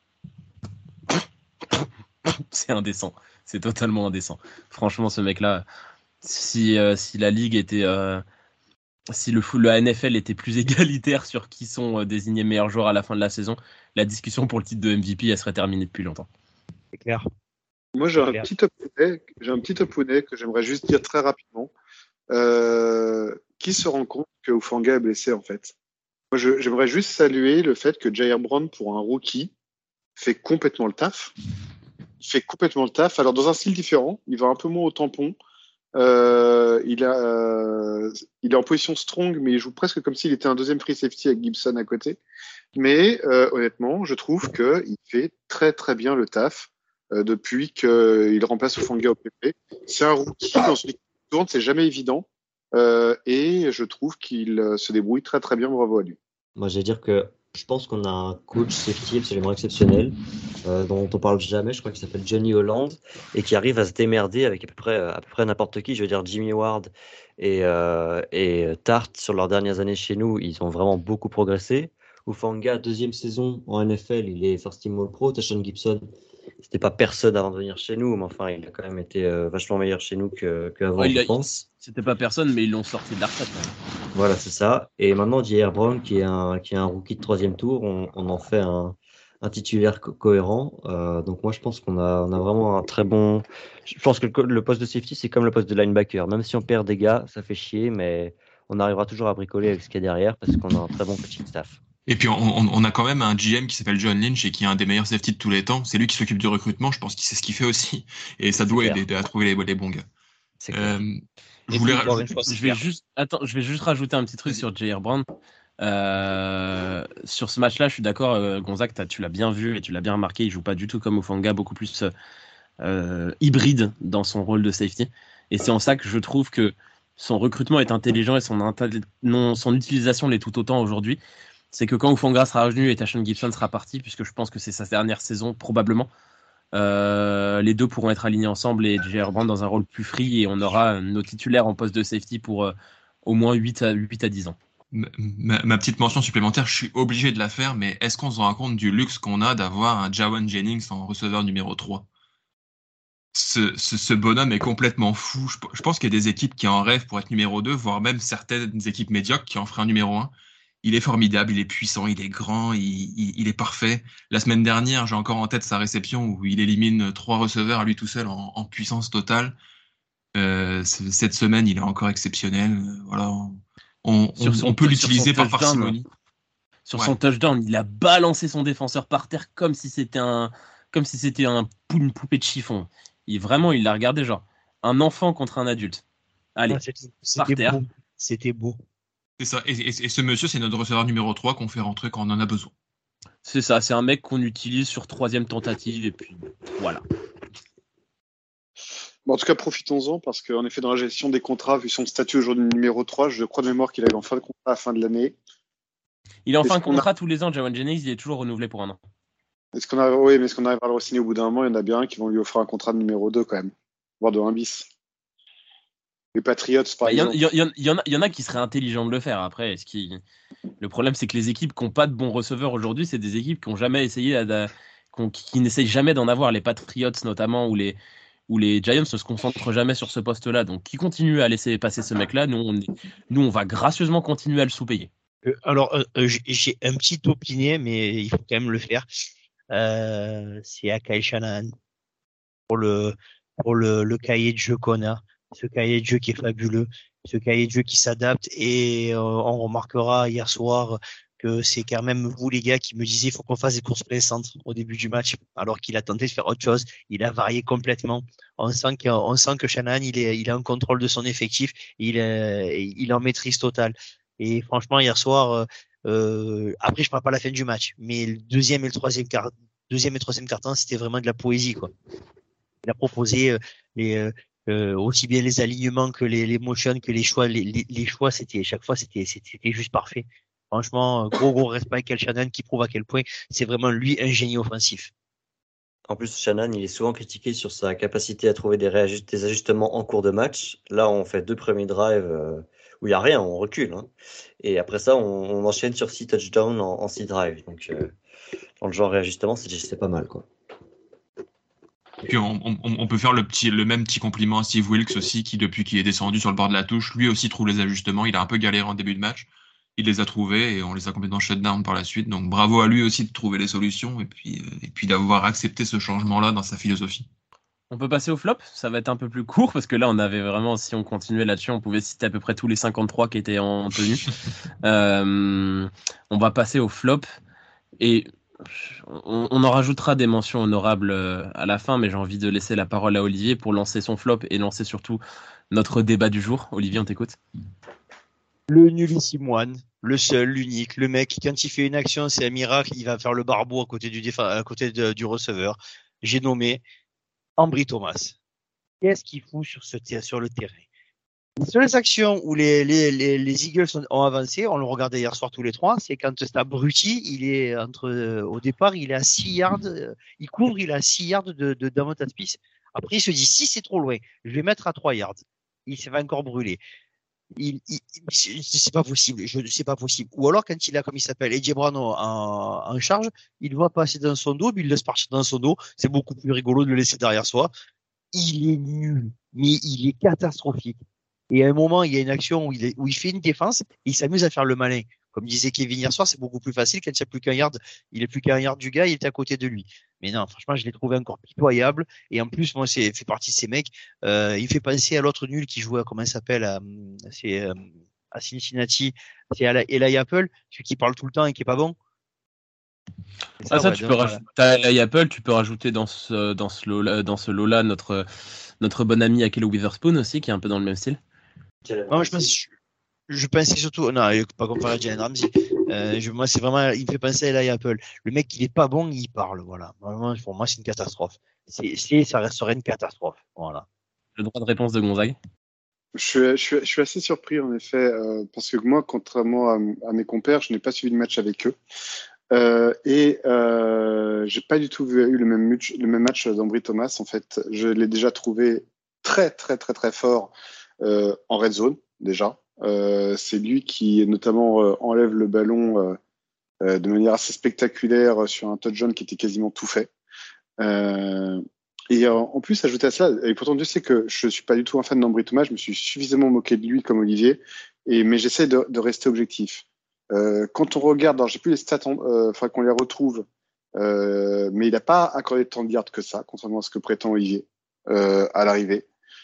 C'est indécent. C'est totalement indécent. Franchement, ce mec-là, si la ligue était, si la NFL était plus égalitaire sur qui sont désignés meilleurs joueurs à la fin de la saison, la discussion pour le titre de MVP, elle serait terminée depuis longtemps. C'est clair. Moi, j'ai un petit opponent que j'aimerais juste dire très rapidement. Qui se rend compte que Hufanga est blessé, en fait? Moi, j'aimerais juste saluer le fait que Jair Brown, pour un rookie, fait complètement le taf. Il fait complètement le taf. Alors, dans un style différent, il va un peu moins au tampon. Il est en position strong, mais il joue presque comme s'il était un deuxième free safety avec Gibson à côté. Mais honnêtement, je trouve qu'il fait très très bien le taf depuis qu'il remplace Hufanga au PP. C'est un rookie dans une équipe tourne, c'est jamais évident. Et je trouve qu'il se débrouille très très bien, bravo à lui. Moi, je vais dire que je pense qu'on a un coach safety absolument exceptionnel, dont on parle jamais. Je crois qu'il s'appelle Johnny Holland et qui arrive à se démerder avec à peu près n'importe qui. Je veux dire, Jimmy Ward et Tart sur leurs dernières années chez nous, ils ont vraiment beaucoup progressé. Hufanga, deuxième saison en NFL, il est first team All-Pro. Tashaun Gibson, c'était pas personne avant de venir chez nous, mais enfin, il a quand même été vachement meilleur chez nous qu'avant, je pense. C'était pas personne, mais ils l'ont sorti de la retraite. Voilà, c'est ça. Et maintenant, Jair Brown, qui est un rookie de troisième tour, on en fait un titulaire cohérent. Donc moi, je pense qu'on a vraiment un très bon. Je pense que le poste de safety, c'est comme le poste de linebacker. Même si on perd des gars, ça fait chier, mais on arrivera toujours à bricoler avec ce qu'il y a derrière parce qu'on a un très bon coaching staff. Et puis on a quand même un GM qui s'appelle John Lynch et qui est un des meilleurs safety de tous les temps. C'est lui qui s'occupe du recrutement. Je pense qu'il sait ce qu'il fait aussi. Et ça doit aider à trouver les bons gars. C'est clair. Je vais juste rajouter un petit truc sur Jair Brown. Sur ce match-là, je suis d'accord, Gonzague, tu l'as bien vu et tu l'as bien remarqué. Il joue pas du tout comme Hufanga, beaucoup plus hybride dans son rôle de safety. Et c'est en ça que je trouve que son recrutement est intelligent et son utilisation l'est tout autant aujourd'hui. C'est que quand Hufanga sera revenu et Tashaun Gibson sera parti, puisque je pense que c'est sa dernière saison probablement, les deux pourront être alignés ensemble et Jair Brown dans un rôle plus free et on aura nos titulaires en poste de safety pour au moins 8 à 10 ans. Ma petite mention supplémentaire, je suis obligé de la faire, mais est-ce qu'on se rend compte du luxe qu'on a d'avoir un Jawan Jennings en receveur numéro 3? Ce bonhomme est complètement fou. Je pense qu'il y a des équipes qui en rêvent pour être numéro 2, voire même certaines équipes médiocres qui en feraient un numéro 1. Il est formidable, il est puissant, il est grand, il est parfait. La semaine dernière, j'ai encore en tête sa réception où il élimine 3 receveurs à lui tout seul en puissance totale. Cette semaine, il est encore exceptionnel. Voilà, on peut l'utiliser par parcimonie. Sur son touchdown, il a balancé son défenseur par terre comme si c'était une poupée de chiffon. Il l'a regardé genre un enfant contre un adulte. Allez, par terre. Beau. C'était beau. C'est ça. Et ce monsieur, c'est notre receveur numéro 3 qu'on fait rentrer quand on en a besoin. C'est ça. C'est un mec qu'on utilise sur 3e tentative et puis voilà. Bon, en tout cas, profitons-en parce qu'en effet, dans la gestion des contrats, vu son statut aujourd'hui numéro 3, je crois de mémoire qu'il arrive en fin de contrat à la fin de l'année. Il est en fin de contrat tous les ans, Jawan Jennings, il est toujours renouvelé pour un an. Est-ce qu'on arrive à le re-signer au bout d'un moment? Il y en a bien un qui vont lui offrir un contrat de numéro 2 quand même, voire de 1 bis. Les Patriots, par exemple. Il y en a qui seraient intelligents de le faire. Après, le problème, c'est que les équipes qui n'ont pas de bons receveurs aujourd'hui, c'est des équipes qui n'ont jamais essayé qui n'essayent jamais d'en avoir, les Patriots notamment, ou les Giants ne se concentrent jamais sur ce poste-là. Donc, qui continue à laisser passer ce mec-là, nous, on va gracieusement continuer à le sous-payer. J'ai un petit opiné, mais il faut quand même le faire. C'est à Kyle Shanahan pour le cahier de jeu qu'on a, ce cahier de jeu qui est fabuleux, ce cahier de jeu qui s'adapte, et on remarquera hier soir que c'est quand même vous les gars qui me disiez il faut qu'on fasse des courses pressantes au début du match, alors qu'il a tenté de faire autre chose. Il a varié complètement. On sent que Shanahan il a un contrôle de son effectif, il en maîtrise totale. Et franchement hier soir, après je parle pas la fin du match, mais le deuxième et troisième quart-temps, c'était vraiment de la poésie, quoi. Il a proposé aussi bien les alignements que les motions, que les choix. Les choix, chaque fois, c'était juste parfait. Franchement, gros respect à Kyle Shanahan, qui prouve à quel point c'est vraiment lui un génie offensif. En plus, Shanahan, il est souvent critiqué sur sa capacité à trouver des ajustements en cours de match. Là, on fait 2 premiers drives où il n'y a rien, on recule. Hein. Et après ça, on enchaîne sur 6 touchdowns en 6 drives. Donc, dans le genre réajustement, c'est pas mal, quoi. Et puis on peut faire le même petit compliment à Steve Wilkes aussi, qui depuis qu'il est descendu sur le bord de la touche, lui aussi trouve les ajustements. Il a un peu galéré en début de match. Il les a trouvés et on les a complètement shut down par la suite. Donc bravo à lui aussi de trouver les solutions et puis d'avoir accepté ce changement-là dans sa philosophie. On peut passer au flop, ça va être un peu plus court parce que là on avait vraiment, si on continuait là-dessus, on pouvait citer à peu près tous les 53 qui étaient en tenue. On va passer au flop et on en rajoutera des mentions honorables à la fin, mais j'ai envie de laisser la parole à Olivier pour lancer son flop et lancer surtout notre débat du jour. Olivier, on t'écoute. Le nullissime one, le seul, l'unique, le mec, quand il fait une action, c'est un miracle, il va faire le barbeau à côté du receveur. J'ai nommé Ambry Thomas. Qu'est-ce qu'il fout sur le terrain? Les seules actions où les Eagles ont avancé, on le regardait hier soir tous les trois, c'est quand cet abruti, au départ, il est à 6 yards, il couvre, il est à 6 yards de Davante Smith. Après, il se dit, si c'est trop loin, je vais mettre à 3 yards. Il s'est encore brûlé. C'est pas possible, c'est pas possible. Ou alors, quand il a, comme il s'appelle, AJ Brown en charge, il va passer dans son dos, puis il laisse partir dans son dos. C'est beaucoup plus rigolo de le laisser derrière soi. Il est nul, mais il est catastrophique. Et à un moment, il y a une action où il fait une défense et il s'amuse à faire le malin. Comme disait Kevin hier soir, c'est beaucoup plus facile quand il n'y a plus qu'un yard. Il est plus qu'un yard du gars, il était à côté de lui. Mais non, franchement, je l'ai trouvé encore pitoyable. Et en plus, moi, fait partie de ces mecs. Il fait penser à l'autre nul qui jouait, comment il s'appelle, à Cincinnati. C'est Eli Apple, celui qui parle tout le temps et qui est pas bon. Tu peux rajouter Eli Apple, tu peux rajouter dans ce lot-là notre bon ami Akello Witherspoon aussi, qui est un peu dans le même style. Non, je pensais surtout, non, pas comparé à Jalen Ramsey. Moi, c'est vraiment, il me fait penser à Eli Apple. Le mec, il est pas bon, il parle, voilà. Vraiment, pour moi, c'est une catastrophe. Ça resterait une catastrophe, voilà. Le droit de réponse de Gonzague. Je suis assez surpris, en effet, parce que moi, contrairement à mes compères, je n'ai pas suivi de match avec eux. J'ai pas du tout eu le même match d'Ambry Thomas. En fait, je l'ai déjà trouvé très très très très fort en red zone déjà. C'est lui qui notamment enlève le ballon de manière assez spectaculaire sur un touchdown qui était quasiment tout fait. En plus, ajouter à cela, et pourtant Dieu sait que je suis pas du tout un fan d'Ambry Thomas, je me suis suffisamment moqué de lui comme Olivier, mais j'essaie de rester objectif. Quand on regarde, alors j'ai plus les stats, faudrait qu'on les retrouve, mais il n'a pas accordé tant de yards que ça, contrairement à ce que prétend Olivier à l'arrivée.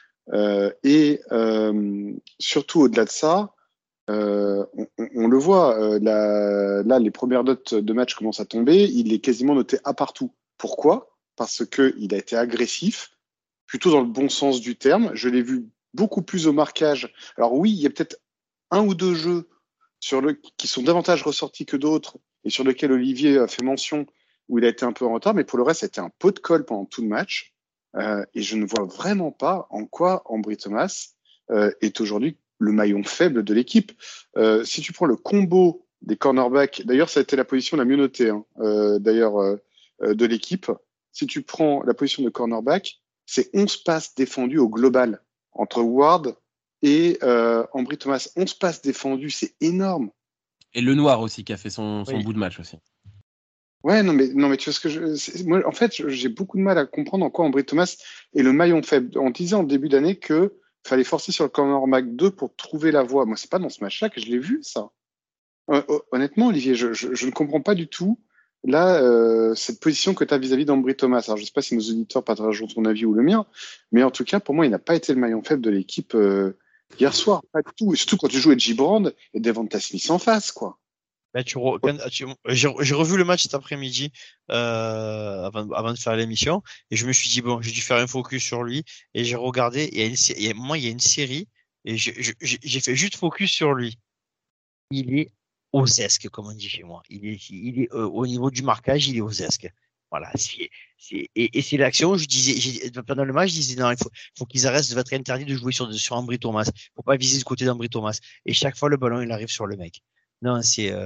Surtout au-delà de ça, on le voit, là les premières notes de match commencent à tomber, il est quasiment noté A partout. Pourquoi ? Parce qu'il a été agressif, plutôt dans le bon sens du terme. Je l'ai vu beaucoup plus au marquage. Alors oui, il y a peut-être un ou deux jeux qui sont davantage ressortis que d'autres et sur lesquels Olivier a fait mention, où il a été un peu en retard, mais pour le reste, ça a été un pot de colle pendant tout le match. Et je ne vois vraiment pas en quoi Ambry Thomas est aujourd'hui le maillon faible de l'équipe. Si tu prends le combo des cornerbacks, d'ailleurs, ça a été la position la mieux notée de l'équipe. Si tu prends la position de cornerback, c'est 11 passes défendues au global entre Ward et Ambry Thomas. 11 passes défendues, c'est énorme. Et Lenoir aussi, qui a fait son bout de match aussi. Ouais, non, mais tu vois ce que moi, en fait, j'ai beaucoup de mal à comprendre en quoi Ambry Thomas est le maillon faible. On disait en début d'année que fallait forcer sur le cornerback 2 pour trouver la voie. Moi, c'est pas dans ce match-là que je l'ai vu, ça. Honnêtement, Olivier, je ne comprends pas du tout là cette position que tu as vis-à-vis d'Ambry Thomas. Alors, je sais pas si nos auditeurs partageront ton avis ou le mien, mais en tout cas, pour moi, il n'a pas été le maillon faible de l'équipe hier soir. Pas du tout. Et surtout quand tu joues Edgy Brand et Devonta Smith en face, quoi. Ben, j'ai revu le match cet après-midi avant de faire l'émission et je me suis dit bon, j'ai dû faire un focus sur lui et j'ai regardé et il y a une série et j'ai fait juste focus sur lui. Il est osesque, comme on dit chez moi. Il est au niveau du marquage, il est osesque. Voilà. Et c'est l'action. Pendant le match, je disais non, faut qu'ils arrêtent. Ça va être interdit de jouer sur Ambry Thomas. Faut pas viser du côté d'Ambry Thomas. Et chaque fois, le ballon, il arrive sur le mec. Non,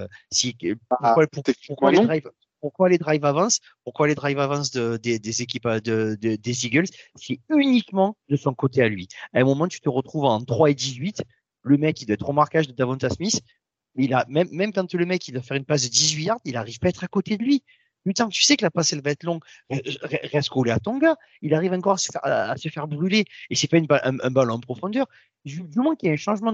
pourquoi Techniquement, non. pourquoi les drives avancent? Pourquoi les drives avancent des équipes des Eagles? C'est uniquement de son côté à lui. À un moment, tu te retrouves en 3 et 18. Le mec, il doit être au marquage de Davonta Smith. Même quand le mec, il doit faire une passe de 18 yards, il arrive pas à être à côté de lui. Putain, tu sais que la passe, elle va être longue. Reste collé à ton gars. Il arrive encore à se faire brûler. Et c'est pas un ballon en profondeur. Du moins qu'il y ait un changement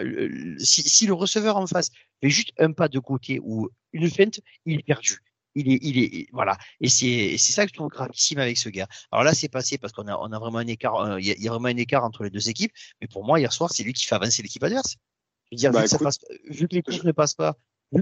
si le receveur en face fait juste un pas de côté ou une feinte, il est perdu. Voilà. Et c'est ça que je trouve gravissime avec ce gars. Alors là, c'est passé parce qu'on a vraiment un écart, il y a vraiment un écart entre les deux équipes. Mais pour moi, hier soir, c'est lui qui fait avancer l'équipe adverse. Je veux dire, Bah écoute, vu que les courses ne passent pas,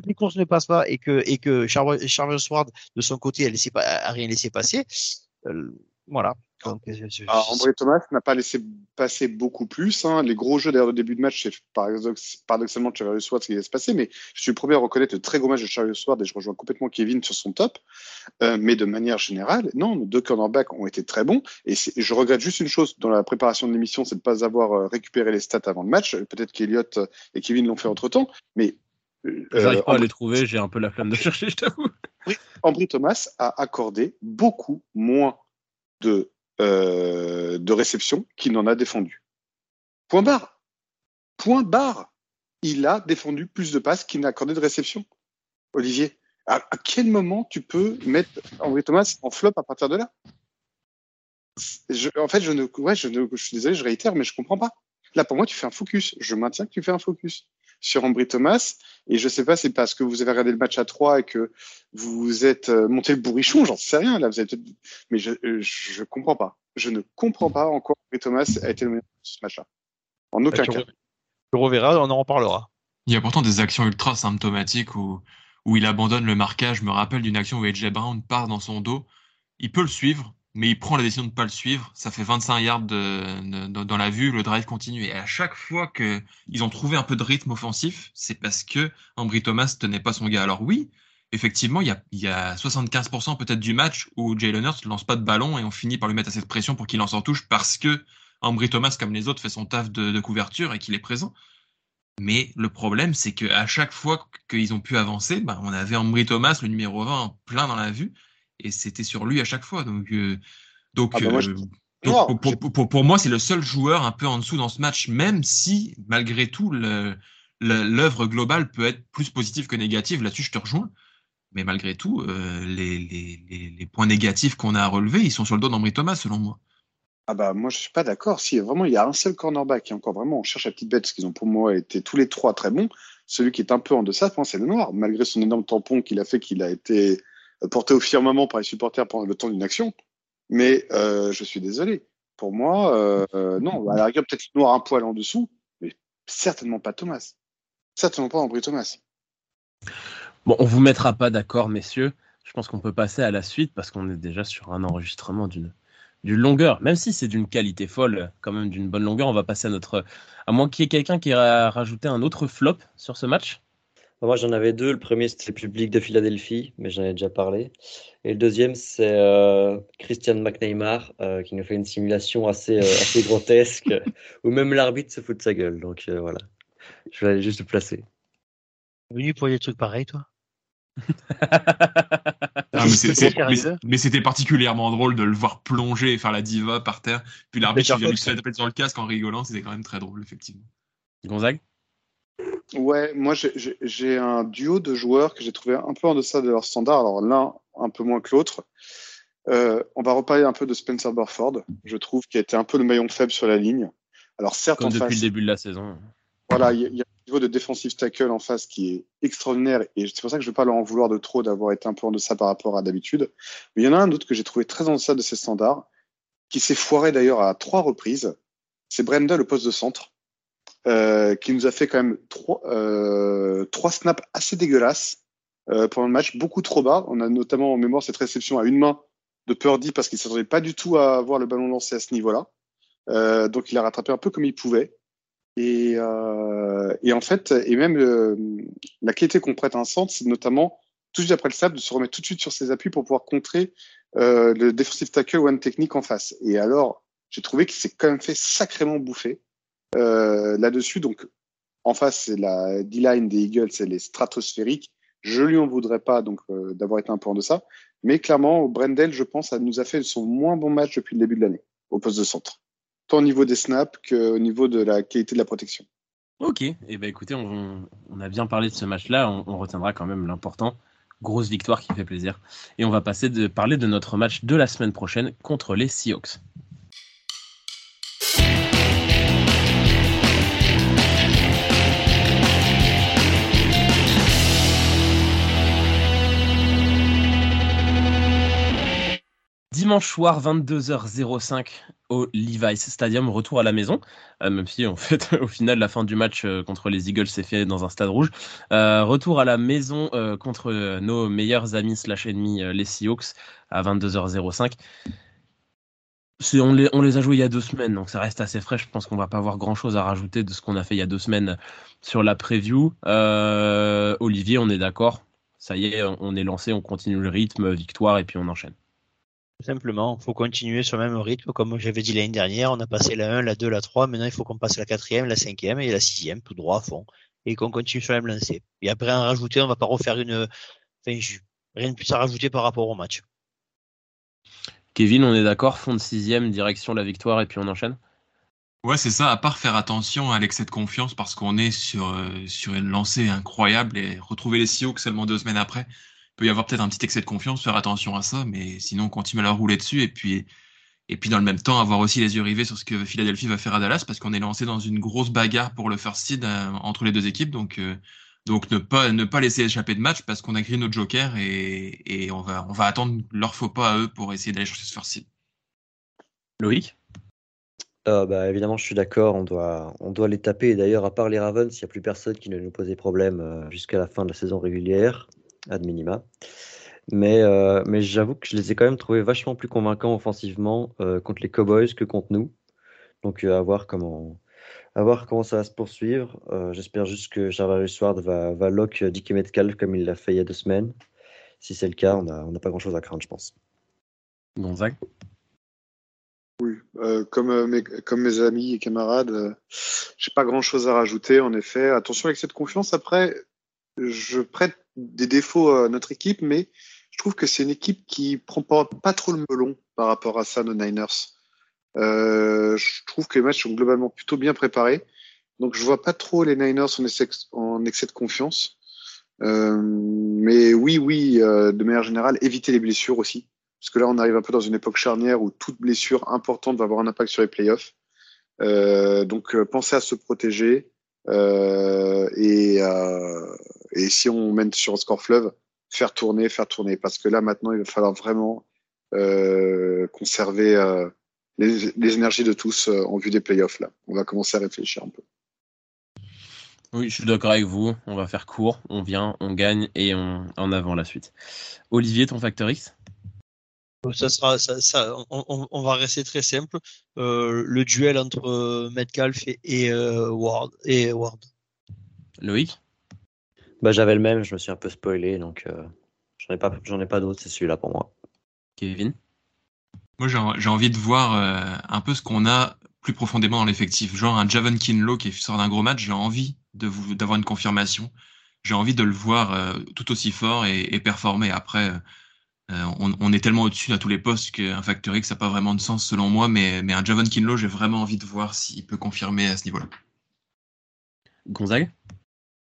et que Charles Ward, de son côté, a rien laissé passer, voilà. Donc, Ambry Thomas n'a pas laissé passer beaucoup plus. Hein. Les gros jeux d'ailleurs de début de match, c'est paradoxalement Charles Ward ce qui laisse passer, mais je suis le premier à reconnaître le très gros match de Charles Ward et je rejoins complètement Kevin sur son top. Mais de manière générale, non, nos deux cornerbacks ont été très bons. Et je regrette juste une chose dans la préparation de l'émission, c'est de ne pas avoir récupéré les stats avant le match. Peut-être qu'Eliott et Kevin l'ont fait entre-temps, mais j'arrive pas à les trouver, j'ai un peu la flemme de chercher, je t'avoue. Ambry Thomas a accordé beaucoup moins de réception qu'il n'en a défendu. Point barre. Point barre. Il a défendu plus de passes qu'il n'a accordé de réception. Olivier, à quel moment tu peux mettre Ambry Thomas en flop à partir de là? En fait, je suis désolé, je réitère, mais je comprends pas. Là, pour moi, tu fais un focus. Je maintiens que tu fais un focus sur Ambry Thomas. Et je sais pas, c'est parce que vous avez regardé le match à 3 et que vous vous êtes monté le bourrichon, j'en sais rien. Là, vous avez mais je comprends pas. Je ne comprends pas en quoi Ambry Thomas a été le meilleur de ce match-là. En aucun cas. Tu reverras, on en reparlera. Il y a pourtant des actions ultra symptomatiques où il abandonne le marquage. Je me rappelle d'une action où AJ Brown part dans son dos. Il peut le suivre, mais il prend la décision de ne pas le suivre. Ça fait 25 yards dans la vue, le drive continue. Et à chaque fois qu'ils ont trouvé un peu de rythme offensif, c'est parce que Ambry Thomas tenait pas son gars. Alors oui, effectivement, il y a 75% peut-être du match où Jalen Hurts ne lance pas de ballon et on finit par lui mettre assez de pression pour qu'il lance en touche parce que Ambry Thomas, comme les autres, fait son taf de couverture et qu'il est présent. Mais le problème, c'est qu'à chaque fois qu'ils ont pu avancer, on avait Ambry Thomas, le numéro 20, plein dans la vue, et c'était sur lui à chaque fois. Donc pour moi, c'est le seul joueur un peu en dessous dans ce match, même si, malgré tout, l'œuvre globale peut être plus positive que négative. Là-dessus, je te rejoins. Mais malgré tout, les points négatifs qu'on a à relever, ils sont sur le dos d'Ambry Thomas, selon moi. Ah bah moi je suis pas d'accord. Si vraiment il y a un seul cornerback et encore vraiment on cherche la petite bête parce qu'ils ont pour moi été tous les trois très bons. Celui qui est un peu en deçà, c'est le noir. Malgré son énorme tampon qu'il a fait, qu'il a été porté au firmament par les supporters pendant le temps d'une action. Mais je suis désolé. Pour moi, non. À la rigueur peut-être le noir un poil en dessous, mais certainement pas Thomas. Certainement pas Ambry Thomas. Bon, on vous mettra pas d'accord, messieurs. Je pense qu'on peut passer à la suite parce qu'on est déjà sur un enregistrement d'une longueur, même si c'est d'une qualité folle, quand même d'une bonne longueur. On va passer à moins qu'il y ait quelqu'un qui ait rajouté un autre flop sur ce match. Moi, j'en avais deux. Le premier, c'était le public de Philadelphie, mais j'en ai déjà parlé. Et le deuxième, c'est Christian McNamara, qui nous fait une simulation assez grotesque, où même l'arbitre se fout de sa gueule. Donc voilà, je vais aller juste le placer. Venu pour des trucs pareils, toi? Mais c'était particulièrement drôle de le voir plonger et faire la diva par terre. Puis l'arbitre vient lui se taper sur le casque en rigolant. C'était quand même très drôle, effectivement. Gonzague? Ouais, moi j'ai un duo de joueurs que j'ai trouvé un peu en deçà de leur standard. Alors l'un un peu moins que l'autre. On va reparler un peu de Spencer Burford. Je trouve qu'il a été un peu le maillon faible sur la ligne. Alors certes Comme en depuis le face, début de la saison. voilà, il y a un niveau de defensive tackle en face qui est extraordinaire et c'est pour ça que je ne vais pas leur en vouloir de trop d'avoir été un peu en deçà par rapport à d'habitude. Mais il y en a un autre que j'ai trouvé très en deçà de ses standards, qui s'est foiré d'ailleurs à 3 reprises. C'est Brenda, le poste de centre, qui nous a fait quand même trois snaps assez dégueulasses pendant le match, beaucoup trop bas. On a notamment en mémoire cette réception à une main de Purdy parce qu'il ne s'attendait pas du tout à avoir le ballon lancé à ce niveau-là. Donc il a rattrapé un peu comme il pouvait. Et en fait, et même la qualité qu'on prête à un centre, c'est notamment tout de suite après le snap de se remettre tout de suite sur ses appuis pour pouvoir contrer le defensive tackle one technique en face. Et alors, j'ai trouvé qu'il s'est quand même fait sacrément bouffer là-dessus. Donc, en face, c'est la D-line des Eagles, elle est stratosphérique. Je lui en voudrais pas donc d'avoir été un peu en deçà. Mais clairement, Brendel, je pense, nous a fait son moins bon match depuis le début de l'année au poste de centre. Tant au niveau des snaps qu'au niveau de la qualité de la protection. Ok, et ben écoutez, on a bien parlé de ce match-là, on retiendra quand même l'important. Grosse victoire qui fait plaisir. Et on va parler de notre match de la semaine prochaine contre les Seahawks. Dimanche soir, 22h05 au Levi's Stadium, retour à la maison, même si en fait au final la fin du match contre les Eagles s'est fait dans un stade rouge. Retour à la maison contre nos meilleurs amis / ennemis, les Seahawks, à 22h05. On les a joués il y a 2 semaines, donc ça reste assez frais. Je pense qu'on va pas avoir grand chose à rajouter de ce qu'on a fait il y a 2 semaines sur la preview. Olivier, on est d'accord? Ça y est, on est lancé, on continue le rythme, victoire et puis on enchaîne. Tout simplement, il faut continuer sur le même rythme, comme j'avais dit l'année dernière. On a passé la 1, la 2, la 3. Maintenant, il faut qu'on passe la 4e, la 5e et la 6e, tout droit à fond. Et qu'on continue sur la même lancée. Et après, en rajouter, on va pas refaire rien de plus à rajouter par rapport au match. Kevin, on est d'accord, fond de 6e, direction la victoire et puis on enchaîne? Ouais, c'est ça, à part faire attention à l'excès de confiance parce qu'on est sur une lancée incroyable et retrouver les Seahawks seulement 2 semaines après, il peut y avoir peut-être un petit excès de confiance, faire attention à ça, mais sinon continuer à leur rouler dessus et puis dans le même temps avoir aussi les yeux rivés sur ce que Philadelphie va faire à Dallas parce qu'on est lancé dans une grosse bagarre pour le first seed entre les deux équipes, donc ne pas laisser échapper de match parce qu'on a grillé notre joker et on va attendre leur faux pas à eux pour essayer d'aller chercher ce first seed. Loïc? Évidemment, je suis d'accord, on doit les taper. Et d'ailleurs, à part les Ravens, il n'y a plus personne qui ne nous posait problème jusqu'à la fin de la saison régulière, ad minima. Mais j'avoue que je les ai quand même trouvés vachement plus convaincants offensivement contre les Cowboys que contre nous. Donc à voir comment ça va se poursuivre. J'espère juste que Jarvis Ward va lock DK Metcalf comme il l'a fait il y a 2 semaines. Si c'est le cas, on n'a pas grand-chose à craindre, je pense. Gonzague? Oui, comme mes amis et camarades, j'ai pas grand-chose à rajouter. En effet, attention avec cette confiance. Après, je prête des défauts à notre équipe, mais je trouve que c'est une équipe qui prend pas trop le melon par rapport à ça, nos Niners. Je trouve que les matchs sont globalement plutôt bien préparés. Donc, je vois pas trop les Niners en excès de confiance. Mais oui, de manière générale, éviter les blessures aussi. Parce que là, on arrive un peu dans une époque charnière où toute blessure importante va avoir un impact sur les playoffs. Donc, pensez à se protéger. Et si on mène sur un score fleuve, faire tourner. Parce que là, maintenant, il va falloir vraiment conserver les énergies de tous en vue des playoffs. Là, on va commencer à réfléchir un peu. Oui, je suis d'accord avec vous. On va faire court, on vient, on gagne et en avant la suite. Olivier, ton facteur X? On va rester très simple. Le duel entre Metcalf et Ward. Loïc? J'avais le même, je me suis un peu spoilé, donc j'en ai pas d'autres, c'est celui-là pour moi. Kevin? Moi, j'ai envie de voir un peu ce qu'on a plus profondément dans l'effectif. Genre un Javon Kinlaw qui sort d'un gros match, j'ai envie d'avoir une confirmation. J'ai envie de le voir tout aussi fort et performer. Après, on est tellement au-dessus à tous les postes qu'un facteur X n'a pas vraiment de sens selon moi, mais un Javon Kinlaw, j'ai vraiment envie de voir s'il peut confirmer à ce niveau-là. Gonzague?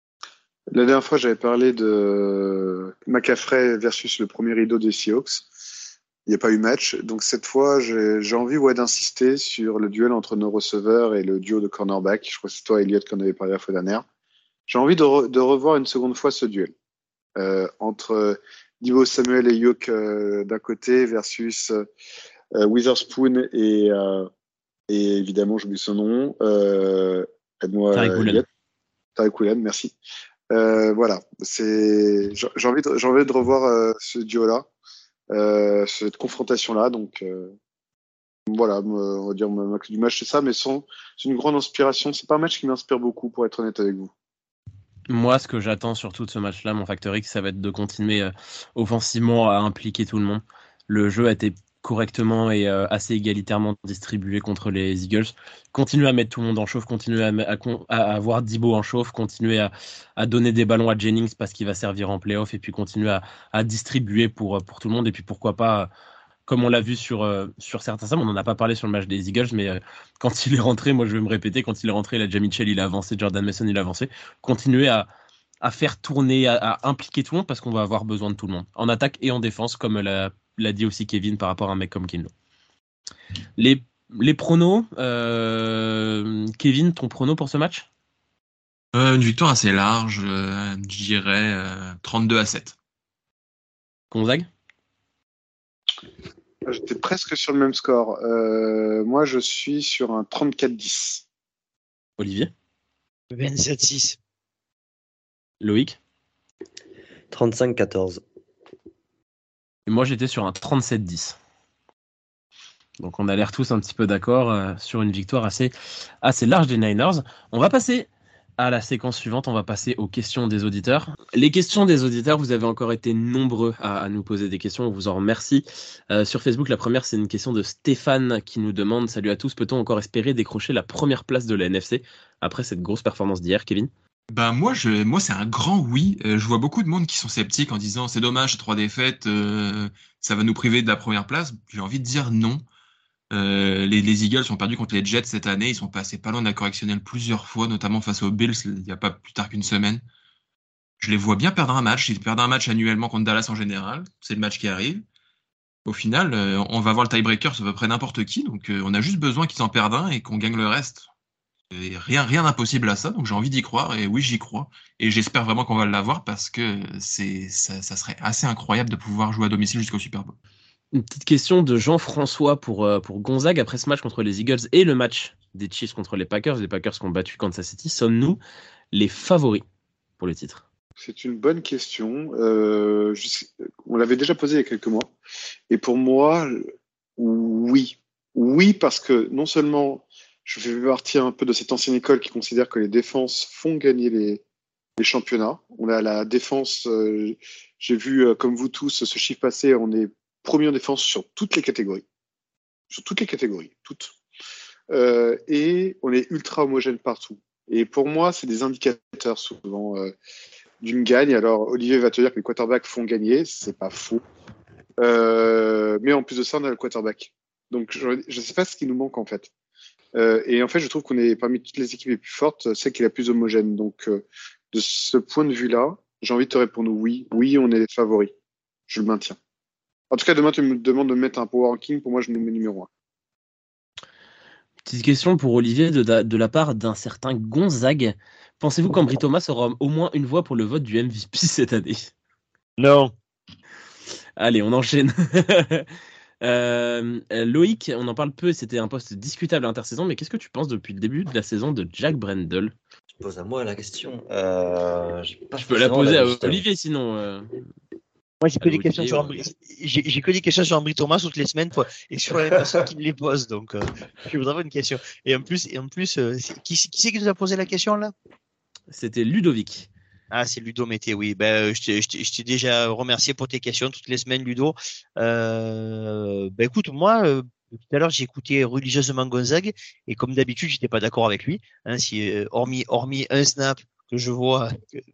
La dernière fois, j'avais parlé de McCaffrey versus le premier rideau des Seahawks. Il n'y a pas eu match. Donc cette fois, j'ai envie d'insister sur le duel entre nos receveurs et le duo de cornerback. Je crois que c'est toi, Elliott, qu'on avait parlé la fois dernière. J'ai envie de revoir une seconde fois ce duel. Entre Deebo Samuel et Yoke d'un côté versus Witherspoon et évidemment, j'oublie son nom. Aide-moi, Tariq Woolen. Elliott. Tariq Woolen, merci. Voilà, j'ai envie de revoir ce duo-là, cette confrontation-là. Donc voilà, on va dire du match c'est ça, mais c'est une grande inspiration. C'est pas un match qui m'inspire beaucoup, pour être honnête avec vous. Moi, ce que j'attends surtout de ce match-là, mon facteur X, ça va être de continuer offensivement à impliquer tout le monde. Le jeu a été correctement et assez égalitairement distribué contre les Eagles. Continuer à mettre tout le monde en chauffe, continuer à avoir Deebo en chauffe, continuer à donner des ballons à Jennings parce qu'il va servir en playoff, et puis continuer à distribuer pour tout le monde. Et puis pourquoi pas, comme on l'a vu sur certains sables, on n'en a pas parlé sur le match des Eagles, mais quand il est rentré, moi je vais me répéter, quand il est rentré, là, Jamie Mitchell il a avancé, Jordan Mason il a avancé. Continuer à faire tourner, à impliquer tout le monde parce qu'on va avoir besoin de tout le monde, en attaque et en défense, comme l'a dit aussi Kevin par rapport à un mec comme Kinlo. Les pronos, Kevin, ton prono pour ce match? Une victoire assez large, je dirais 32-7. Gonzague? J'étais presque sur le même score. Moi, je suis sur un 34-10. Olivier? 27-6. Loïc? 35-14. Et moi, j'étais sur un 37-10. Donc, on a l'air tous un petit peu d'accord sur une victoire assez large des Niners. On va passer à la séquence suivante. On va passer aux questions des auditeurs. Les questions des auditeurs, vous avez encore été nombreux à nous poser des questions. On vous en remercie. Sur Facebook, la première, c'est une question de Stéphane qui nous demande: salut à tous, peut-on encore espérer décrocher la première place de la NFC après cette grosse performance d'hier, Kevin? Bah moi c'est un grand oui. Je vois beaucoup de monde qui sont sceptiques en disant c'est dommage, 3 défaites, ça va nous priver de la première place. J'ai envie de dire non. Les Eagles ont perdu contre les Jets cette année. Ils sont passés pas loin de la correctionnelle plusieurs fois, notamment face aux Bills il n'y a pas plus tard qu'une semaine. Je les vois bien perdre un match. Ils perdent un match annuellement contre Dallas en général. C'est le match qui arrive. Au final, on va voir le tiebreaker sur à peu près n'importe qui. Donc on a juste besoin qu'ils en perdent un et qu'on gagne le reste. Et rien d'impossible à ça, donc j'ai envie d'y croire, et oui, j'y crois. Et j'espère vraiment qu'on va l'avoir parce que ça serait assez incroyable de pouvoir jouer à domicile jusqu'au Super Bowl. Une petite question de Jean-François pour Gonzague. Après ce match contre les Eagles et le match des Chiefs contre les Packers qui ont battu Kansas City, sommes-nous les favoris pour le titre? C'est une bonne question. On l'avait déjà posé il y a quelques mois. Et pour moi, oui. Oui, parce que non seulement je fais partie un peu de cette ancienne école qui considère que les défenses font gagner les championnats. On a la défense, j'ai vu comme vous tous ce chiffre passer, on est premier en défense sur toutes les catégories. Toutes. Et on est ultra homogène partout. Et pour moi, c'est des indicateurs souvent d'une gagne. Alors, Olivier va te dire que les quarterbacks font gagner, c'est pas faux. Mais en plus de ça, on a le quarterback. Donc, je ne sais pas ce qui nous manque en fait. Et en fait, je trouve qu'on est parmi toutes les équipes les plus fortes, celle qui est la plus homogène. Donc, de ce point de vue-là, j'ai envie de te répondre oui. Oui, on est les favoris. Je le maintiens. En tout cas, demain, tu me demandes de mettre un power ranking. Pour moi, je nous mets numéro 1. Petite question pour Olivier de la part d'un certain Gonzague. Pensez-vous qu'Ambry Thomas aura au moins une voix pour le vote du MVP cette année? Non. Allez, on enchaîne. Loïc, on en parle peu, c'était un poste discutable à l'intersaison, mais qu'est-ce que tu penses depuis le début de la saison de Jack Brendel? Tu poses à moi la question. Je peux la poser à Olivier sinon. Moi, j'ai que des questions sur j'ai que des questions sur Ambry Thomas toutes les semaines, et sur les personnes qui me les posent. Donc, je voudrais avoir une question. Et en plus, qui c'est qui nous a posé la question là? C'était Ludovic. Ah, c'est Ludo Mété, oui. Je t'ai déjà remercié pour tes questions toutes les semaines, Ludo. Écoute, moi, tout à l'heure, j'ai écouté religieusement Gonzague, et comme d'habitude, j'étais pas d'accord avec lui. Hein, hormis un snap que je vois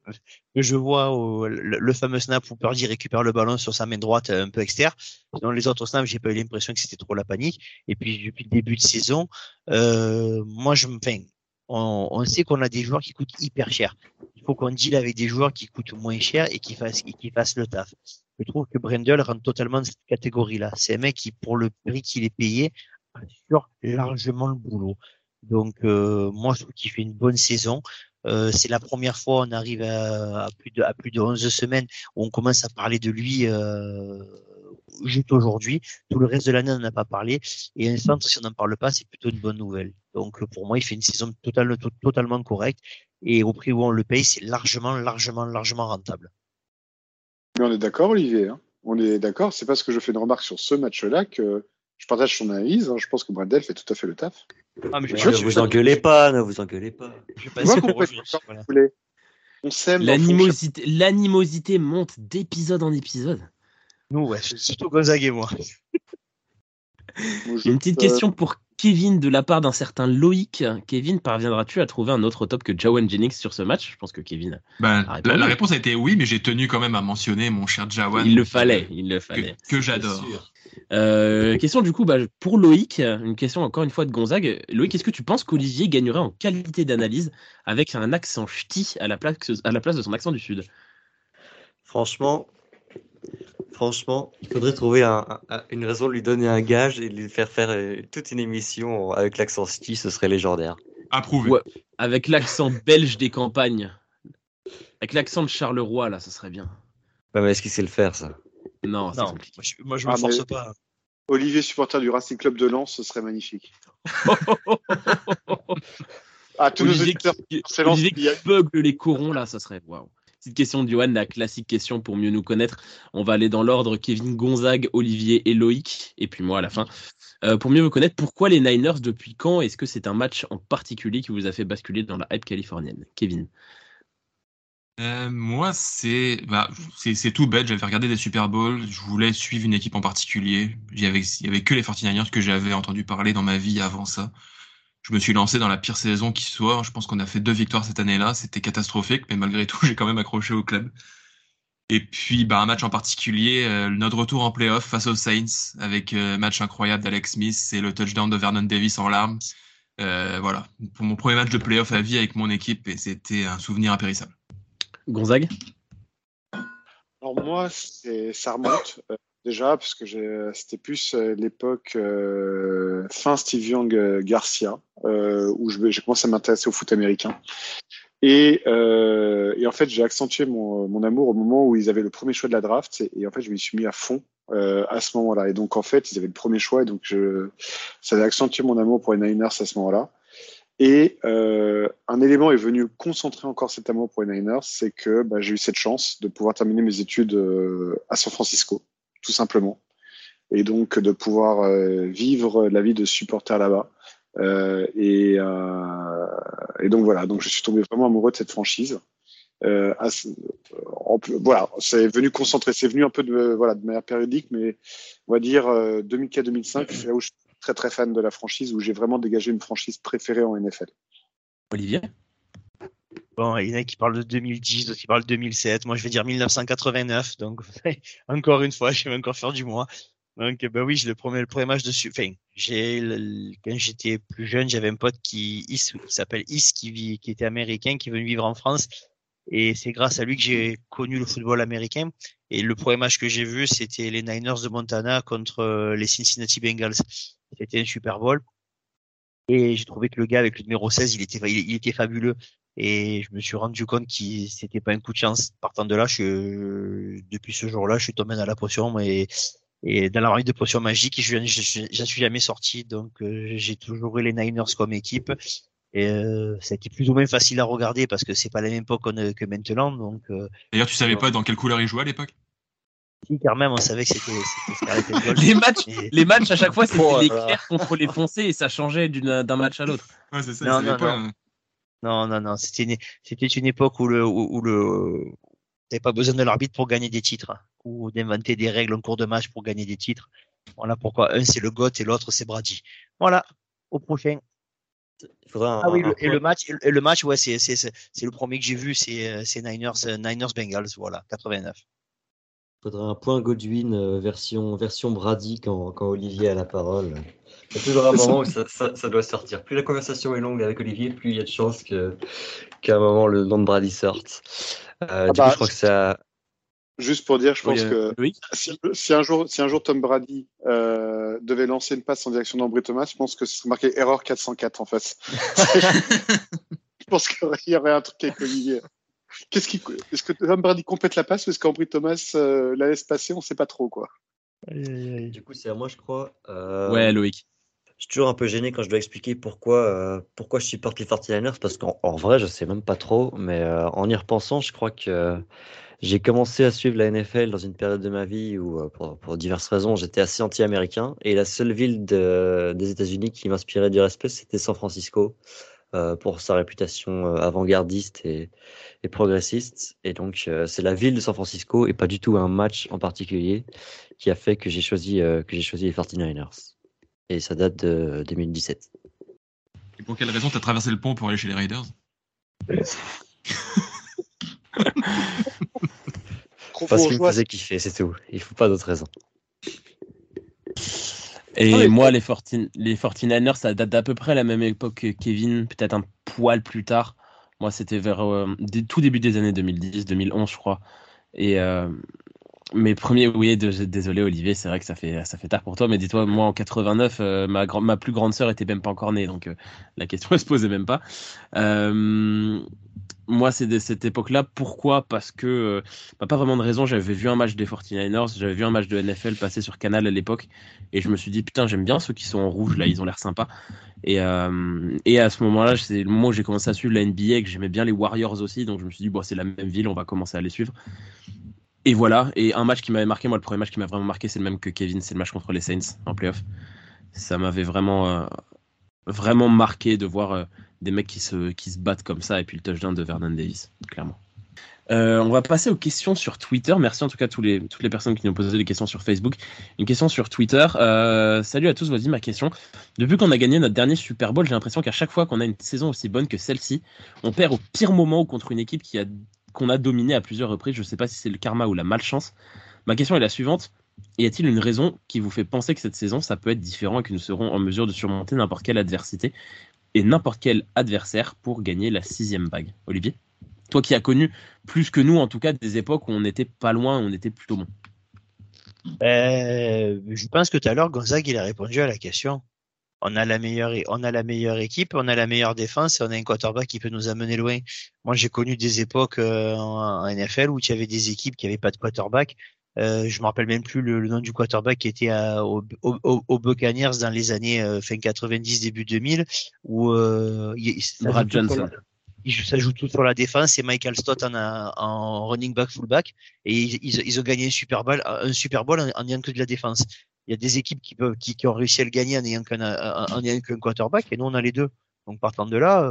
le fameux snap où Purdy récupère le ballon sur sa main droite un peu externe. Dans les autres snaps, j'ai pas eu l'impression que c'était trop la panique. Et puis depuis le début de saison, on sait qu'on a des joueurs qui coûtent hyper cher. Il faut qu'on deal avec des joueurs qui coûtent moins cher et qui fassent le taf. Je trouve que Brendel rentre totalement dans cette catégorie-là. C'est un mec qui, pour le prix qu'il est payé, assure largement le boulot. Donc, moi, je trouve qu'il fait une bonne saison. C'est la première fois on arrive à plus de 11 semaines où on commence à parler de lui juste aujourd'hui. Tout le reste de l'année, on n'en a pas parlé. Et un centre, si on n'en parle pas, c'est plutôt une bonne nouvelle. Donc, pour moi, il fait une saison totalement correcte. Et au prix où on le paye, c'est largement rentable. Mais on est d'accord, Olivier. Hein, on est d'accord. C'est parce que je fais une remarque sur ce match-là que je partage son analyse. Hein. Je pense que Brendel fait tout à fait le taf. Ah, mais Ne vous engueulez pas, ne vous engueulez pas. Je Tu vois pense qu'on peut être voilà. on s'aime. dans le fond. L'animosité monte d'épisode en épisode. Nous, ouais, surtout Gonzague et moi. Moi, Une petite question pour Kevin de la part d'un certain Loïc. Kevin, parviendras-tu à trouver un autre top que Jawan Jennings sur ce match? Je pense que Kevin. La réponse a été oui, mais j'ai tenu quand même à mentionner mon cher Jawan. Il le fallait. Que j'adore. Question du coup pour Loïc, une question encore une fois de Gonzague. Loïc, est-ce que tu penses qu'Olivier gagnerait en qualité d'analyse avec un accent ch'ti à la place de son accent du Sud? Franchement, il faudrait trouver une raison de lui donner un gage et de lui faire toute une émission avec l'accent ski, ce serait légendaire. Approuvé. Ouais, avec l'accent belge des campagnes. Avec l'accent de Charleroi, là, ça serait bien. Ouais, mais est-ce qu'il sait le faire, ça? Non, c'est Non, compliqué. moi, je me force pas. Olivier, supporter du Racing Club de Lens, ce serait magnifique. Tous nos auditeurs, Olivier qui bugle les corons, là, ça serait waouh. Petite question de Johan, la classique question pour mieux nous connaître. On va aller dans l'ordre Kevin, Gonzague, Olivier et Loïc, et puis moi à la fin. Pour mieux vous connaître, pourquoi les Niners, depuis quand? Est-ce que c'est un match en particulier qui vous a fait basculer dans la hype californienne? Kevin. Moi, c'est tout bête. J'avais regardé des Super Bowls. Je voulais suivre une équipe en particulier. Il y avait que les 49ers que j'avais entendu parler dans ma vie avant ça. Je me suis lancé dans la pire saison qui soit. Je pense qu'on a fait 2 victoires cette année-là. C'était catastrophique, mais malgré tout, j'ai quand même accroché au club. Et puis, un match en particulier, notre retour en playoff face aux Saints, avec match incroyable d'Alex Smith et le touchdown de Vernon Davis en larmes. Voilà, pour mon premier match de playoff à vie avec mon équipe, et c'était un souvenir impérissable. Gonzague? Alors moi, ça remonte déjà, parce que c'était plus l'époque fin Steve Young Garcia, où j'ai commencé à m'intéresser au foot américain. Et en fait, j'ai accentué mon amour au moment où ils avaient le premier choix de la draft, et en fait, je m'y suis mis à fond à ce moment-là. Et donc, en fait, ils avaient le premier choix, et donc ça a accentué mon amour pour les Niners à ce moment-là. Et un élément est venu concentrer encore cet amour pour les Niners, c'est que j'ai eu cette chance de pouvoir terminer mes études à San Francisco, tout simplement. Et donc de pouvoir vivre la vie de supporter là-bas. Et donc voilà, donc je suis tombé vraiment amoureux de cette franchise. Voilà, c'est venu concentrer, c'est venu un peu de manière périodique, mais on va dire 2004-2005, c'est là où je suis très très fan de la franchise, où j'ai vraiment dégagé une franchise préférée en NFL. Olivier? Bon, il y en a qui parlent de 2010, d'autres qui parlent de 2007. Moi, je vais dire 1989. Donc, encore une fois, je vais encore faire du mois. Donc, oui, le premier match dessus. Enfin, quand j'étais plus jeune, j'avais un pote qui s'appelle Is, qui était américain, qui est venu vivre en France. Et c'est grâce à lui que j'ai connu le football américain. Et le premier match que j'ai vu, c'était les Niners de Montana contre les Cincinnati Bengals. C'était un Super Bowl. Et j'ai trouvé que le gars avec le numéro 16, il était fabuleux. Et je me suis rendu compte que c'était pas un coup de chance. Partant de là, depuis ce jour-là, je suis tombé dans la potion et dans la marmite de potions magiques. Et j'en suis jamais sorti. Donc, j'ai toujours eu les Niners comme équipe. Et ça a été plus ou moins facile à regarder parce que c'est pas la même époque que maintenant. Donc, D'ailleurs, tu savais pas dans quelle couleur ils jouaient à l'époque? si, quand même, on savait que c'était Scarlet and Gold. Les matchs à chaque fois, c'était les clairs contre les foncés et ça changeait d'un match à l'autre. Ouais, c'est ça. Non. C'était une époque où t'avais pas besoin de l'arbitre pour gagner des titres, ou d'inventer des règles en cours de match pour gagner des titres. Voilà pourquoi un c'est le GOAT et l'autre c'est Brady. Voilà. Au prochain. Le match, ouais, c'est le premier que j'ai vu, c'est Niners Bengals, voilà, 89. Faudrait un point Godwin version Brady quand Olivier a la parole. Il y a toujours un moment où ça doit sortir. Plus la conversation est longue avec Olivier, plus il y a de chances qu'à un moment le nom de Brady sorte. Du coup, je crois que ça. Juste pour dire, je pense que oui. si un jour Tom Brady devait lancer une passe en direction d'Ambry Thomas, je pense que ce serait marqué erreur 404 en face. Je pense qu'il y aurait un truc avec Olivier. Est-ce que Tom Brady complète la passe ou est-ce qu'Ambry Thomas la laisse passer? On ne sait pas trop, quoi. Du coup, c'est à moi, je crois. Ouais, Loïc. Je suis toujours un peu gêné quand je dois expliquer pourquoi je supporte les 49ers, parce qu'en vrai, je sais même pas trop, mais en y repensant, je crois que j'ai commencé à suivre la NFL dans une période de ma vie où, pour diverses raisons, j'étais assez anti-américain, et la seule ville des États-Unis qui m'inspirait du respect, c'était San Francisco, pour sa réputation avant-gardiste et progressiste. Et donc, c'est la ville de San Francisco et pas du tout un match en particulier qui a fait que j'ai choisi les 49ers. Et ça date de 2017. Et pour quelle raison t'as traversé le pont pour aller chez les Raiders? Parce qu'il me faisait kiffer, c'est tout. Il faut pas d'autres raisons. Et moi, les 49ers, ça date d'à peu près la même époque que Kevin, peut-être un poil plus tard. Moi, c'était vers tout début des années 2010, 2011, je crois. Et mes premiers, oui, désolé Olivier, c'est vrai que ça fait tard pour toi, mais dis-toi, moi en 89, ma plus grande sœur était même pas encore née, donc la question elle se posait même pas. Moi, c'est de cette époque-là. Pourquoi? Parce que, pas vraiment de raison. J'avais vu un match des 49ers, j'avais vu un match de NFL passer sur Canal à l'époque, et je me suis dit, putain, j'aime bien ceux qui sont en rouge, là, ils ont l'air sympas. Et à ce moment-là, c'est le moment où j'ai commencé à suivre la NBA, et que j'aimais bien les Warriors aussi, donc je me suis dit, bon, c'est la même ville, on va commencer à les suivre. Et voilà, et un match qui m'avait marqué, moi, le premier match qui m'a vraiment marqué, c'est le même que Kevin, c'est le match contre les Saints en playoff. Ça m'avait vraiment marqué de voir des mecs qui se battent comme ça, et puis le touchdown de Vernon Davis, clairement. On va passer aux questions sur Twitter. Merci en tout cas à toutes les personnes qui nous ont posé des questions sur Facebook. Une question sur Twitter. Salut à tous, voici ma question. Depuis qu'on a gagné notre dernier Super Bowl, j'ai l'impression qu'à chaque fois qu'on a une saison aussi bonne que celle-ci, on perd au pire moment ou contre une équipe qu'on a dominée à plusieurs reprises. Je ne sais pas si c'est le karma ou la malchance. Ma question est la suivante. Y a-t-il une raison qui vous fait penser que cette saison, ça peut être différent et que nous serons en mesure de surmonter n'importe quelle adversité et n'importe quel adversaire pour gagner la 6e bague? Olivier, toi qui as connu plus que nous, en tout cas, des époques où on n'était pas loin, on était plutôt bon. Je pense que tout à l'heure, Gonzague, il a répondu à la question. On a la meilleure équipe, on a la meilleure défense et on a un quarterback qui peut nous amener loin. Moi, j'ai connu des époques en NFL où il y avait des équipes qui n'avaient pas de quarterback. Je me rappelle même plus le nom du quarterback qui était aux Buccaneers dans les années fin 90, début 2000, où Brad Johnson. Ça joue tout sur la défense et Michael Stott en running back fullback et ils ont gagné un Super Bowl en ayant que de la défense. Il y a des équipes qui ont réussi à le gagner en ayant qu'un quarterback et nous on a les deux. Donc partant de là,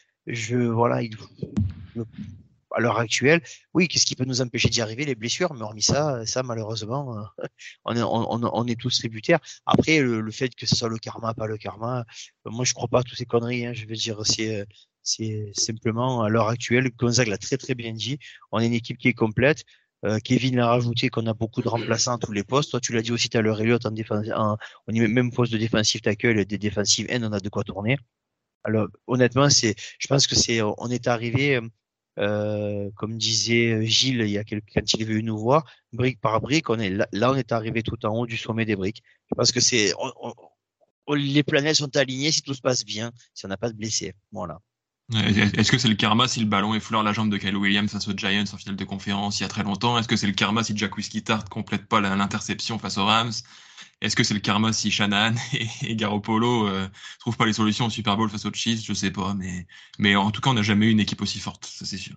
à l'heure actuelle, oui, qu'est-ce qui peut nous empêcher d'y arriver? Les blessures, mais hormis ça malheureusement, on est tous tributaires. Après, le fait que ce soit le karma, pas le karma, moi je crois pas à toutes ces conneries. Hein, je veux dire, c'est simplement à l'heure actuelle, Gonzague l'a très très bien dit, on est une équipe qui est complète. Kevin l'a rajouté qu'on a beaucoup de remplaçants à tous les postes. Toi, tu l'as dit aussi tout à l'heure, Elliot, on est même poste de défensif tackle et des défensives end, on a de quoi tourner. Alors, honnêtement, je pense que on est arrivé, comme disait Gilles quand il est venu nous voir, brique par brique, on est arrivé tout en haut du sommet des briques. Je pense que les planètes sont alignées si tout se passe bien, si on n'a pas de blessés. Voilà. Est-ce que c'est le karma si le ballon effleure la jambe de Kyle Williams face aux Giants en finale de conférence il y a très longtemps? Est-ce que c'est le karma si Jack Whiskey-Tart complète pas l'interception face aux Rams? Est-ce que c'est le karma si Shanahan et Garoppolo trouvent pas les solutions au Super Bowl face aux Chiefs? Je sais pas, mais en tout cas, on n'a jamais eu une équipe aussi forte, ça c'est sûr.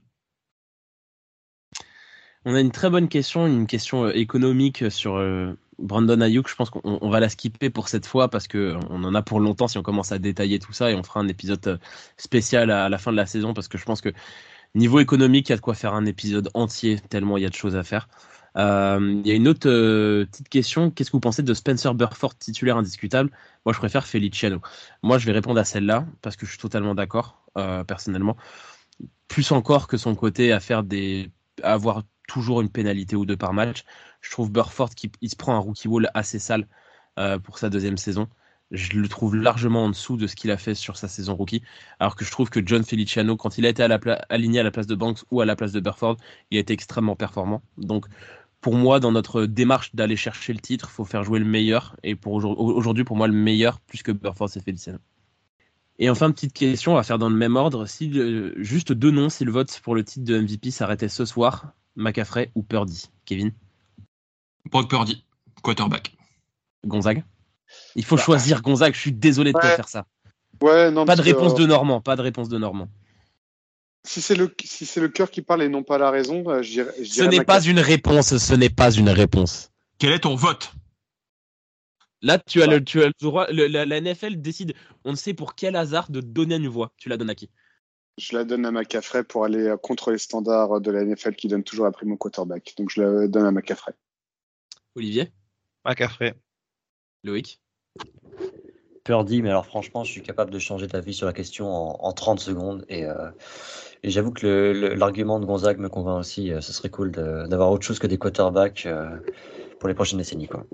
On a une très bonne question, une question économique sur Brandon Ayuk. Je pense qu'on va la skipper pour cette fois parce que on en a pour longtemps si on commence à détailler tout ça et on fera un épisode spécial à la fin de la saison parce que je pense que niveau économique, il y a de quoi faire un épisode entier tellement il y a de choses à faire. Il y a une autre petite question. Qu'est-ce que vous pensez de Spencer Burford titulaire indiscutable? Moi, je préfère Feliciano. Moi, je vais répondre à celle-là parce que je suis totalement d'accord personnellement. Plus encore que son côté à avoir toujours une pénalité ou deux par match. Je trouve Burford il se prend un rookie wall assez sale pour sa deuxième saison. Je le trouve largement en dessous de ce qu'il a fait sur sa saison rookie, alors que je trouve que John Feliciano, quand il a été aligné à la place de Banks ou à la place de Burford, il a été extrêmement performant. Donc pour moi, dans notre démarche d'aller chercher le titre, il faut faire jouer le meilleur, et pour aujourd'hui, pour moi, le meilleur, plus que Burford, c'est Feliciano. Et enfin, petite question, on va faire dans le même ordre. Juste deux noms, si le vote pour le titre de MVP s'arrêtait ce soir, McCaffrey ou Purdy. Kevin? Brock Purdy, quarterback. Gonzague? Il faut choisir Gonzague, je suis désolé de te faire ça. Ouais, non, pas de réponse de Normand, pas de réponse de Normand. Si c'est le cœur qui parle et non pas la raison, je dirais ce n'est pas une réponse, ce n'est pas une réponse. Quel est ton vote? Là, tu as le droit. La NFL décide, on ne sait pour quel hasard, de donner une voix. Tu la donnes à qui? Je la donne à McCaffrey pour aller contre les standards de la NFL qui donne toujours la prime au quarterback. Donc je la donne à McCaffrey. Olivier? McCaffrey. Loïc? Purdy, mais alors franchement, je suis capable de changer d'avis sur la question en 30 secondes. Et j'avoue que l'argument de Gonzague me convainc aussi. Ce serait cool d'avoir autre chose que des quarterbacks pour les prochaines décennies, quoi.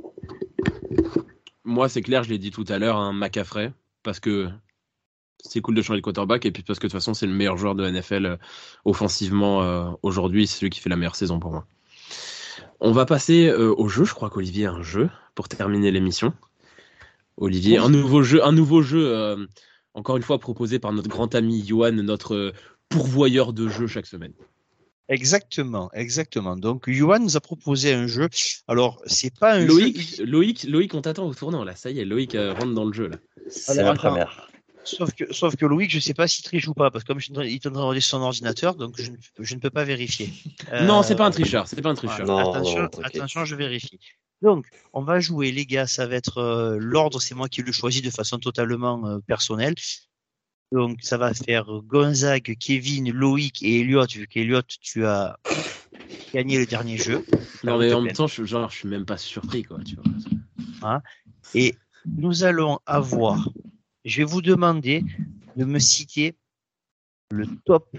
Moi, c'est clair, je l'ai dit tout à l'heure, McCaffrey, parce que c'est cool de changer de quarterback, et puis parce que de toute façon, c'est le meilleur joueur de la NFL offensivement aujourd'hui, c'est celui qui fait la meilleure saison pour moi. On va passer au jeu, je crois qu'Olivier a un jeu pour terminer l'émission. Olivier, un nouveau jeu, encore une fois proposé par notre grand ami Johan, notre pourvoyeur de jeux chaque semaine. Exactement. Donc, Johan nous a proposé un jeu. Alors, c'est pas un jeu... Loïc, on t'attend au tournant, là. Ça y est, Loïc rentre dans le jeu, là. C'est la première. Sauf que Loïc, je sais pas s'il triche ou pas, parce que comme il est en train de regarder son ordinateur, donc je ne peux pas vérifier. Non, c'est pas un tricheur, Voilà. Attention, je vérifie. Donc, on va jouer, les gars, ça va être l'ordre, c'est moi qui le choisis de façon totalement personnelle. Donc, ça va faire Gonzague, Kevin, Loïc et Elliot, vu qu'Elliot, tu as gagné le dernier jeu. Non, mais en même temps, je suis même pas surpris, quoi, tu vois. Hein, et nous allons avoir, je vais vous demander de me citer le top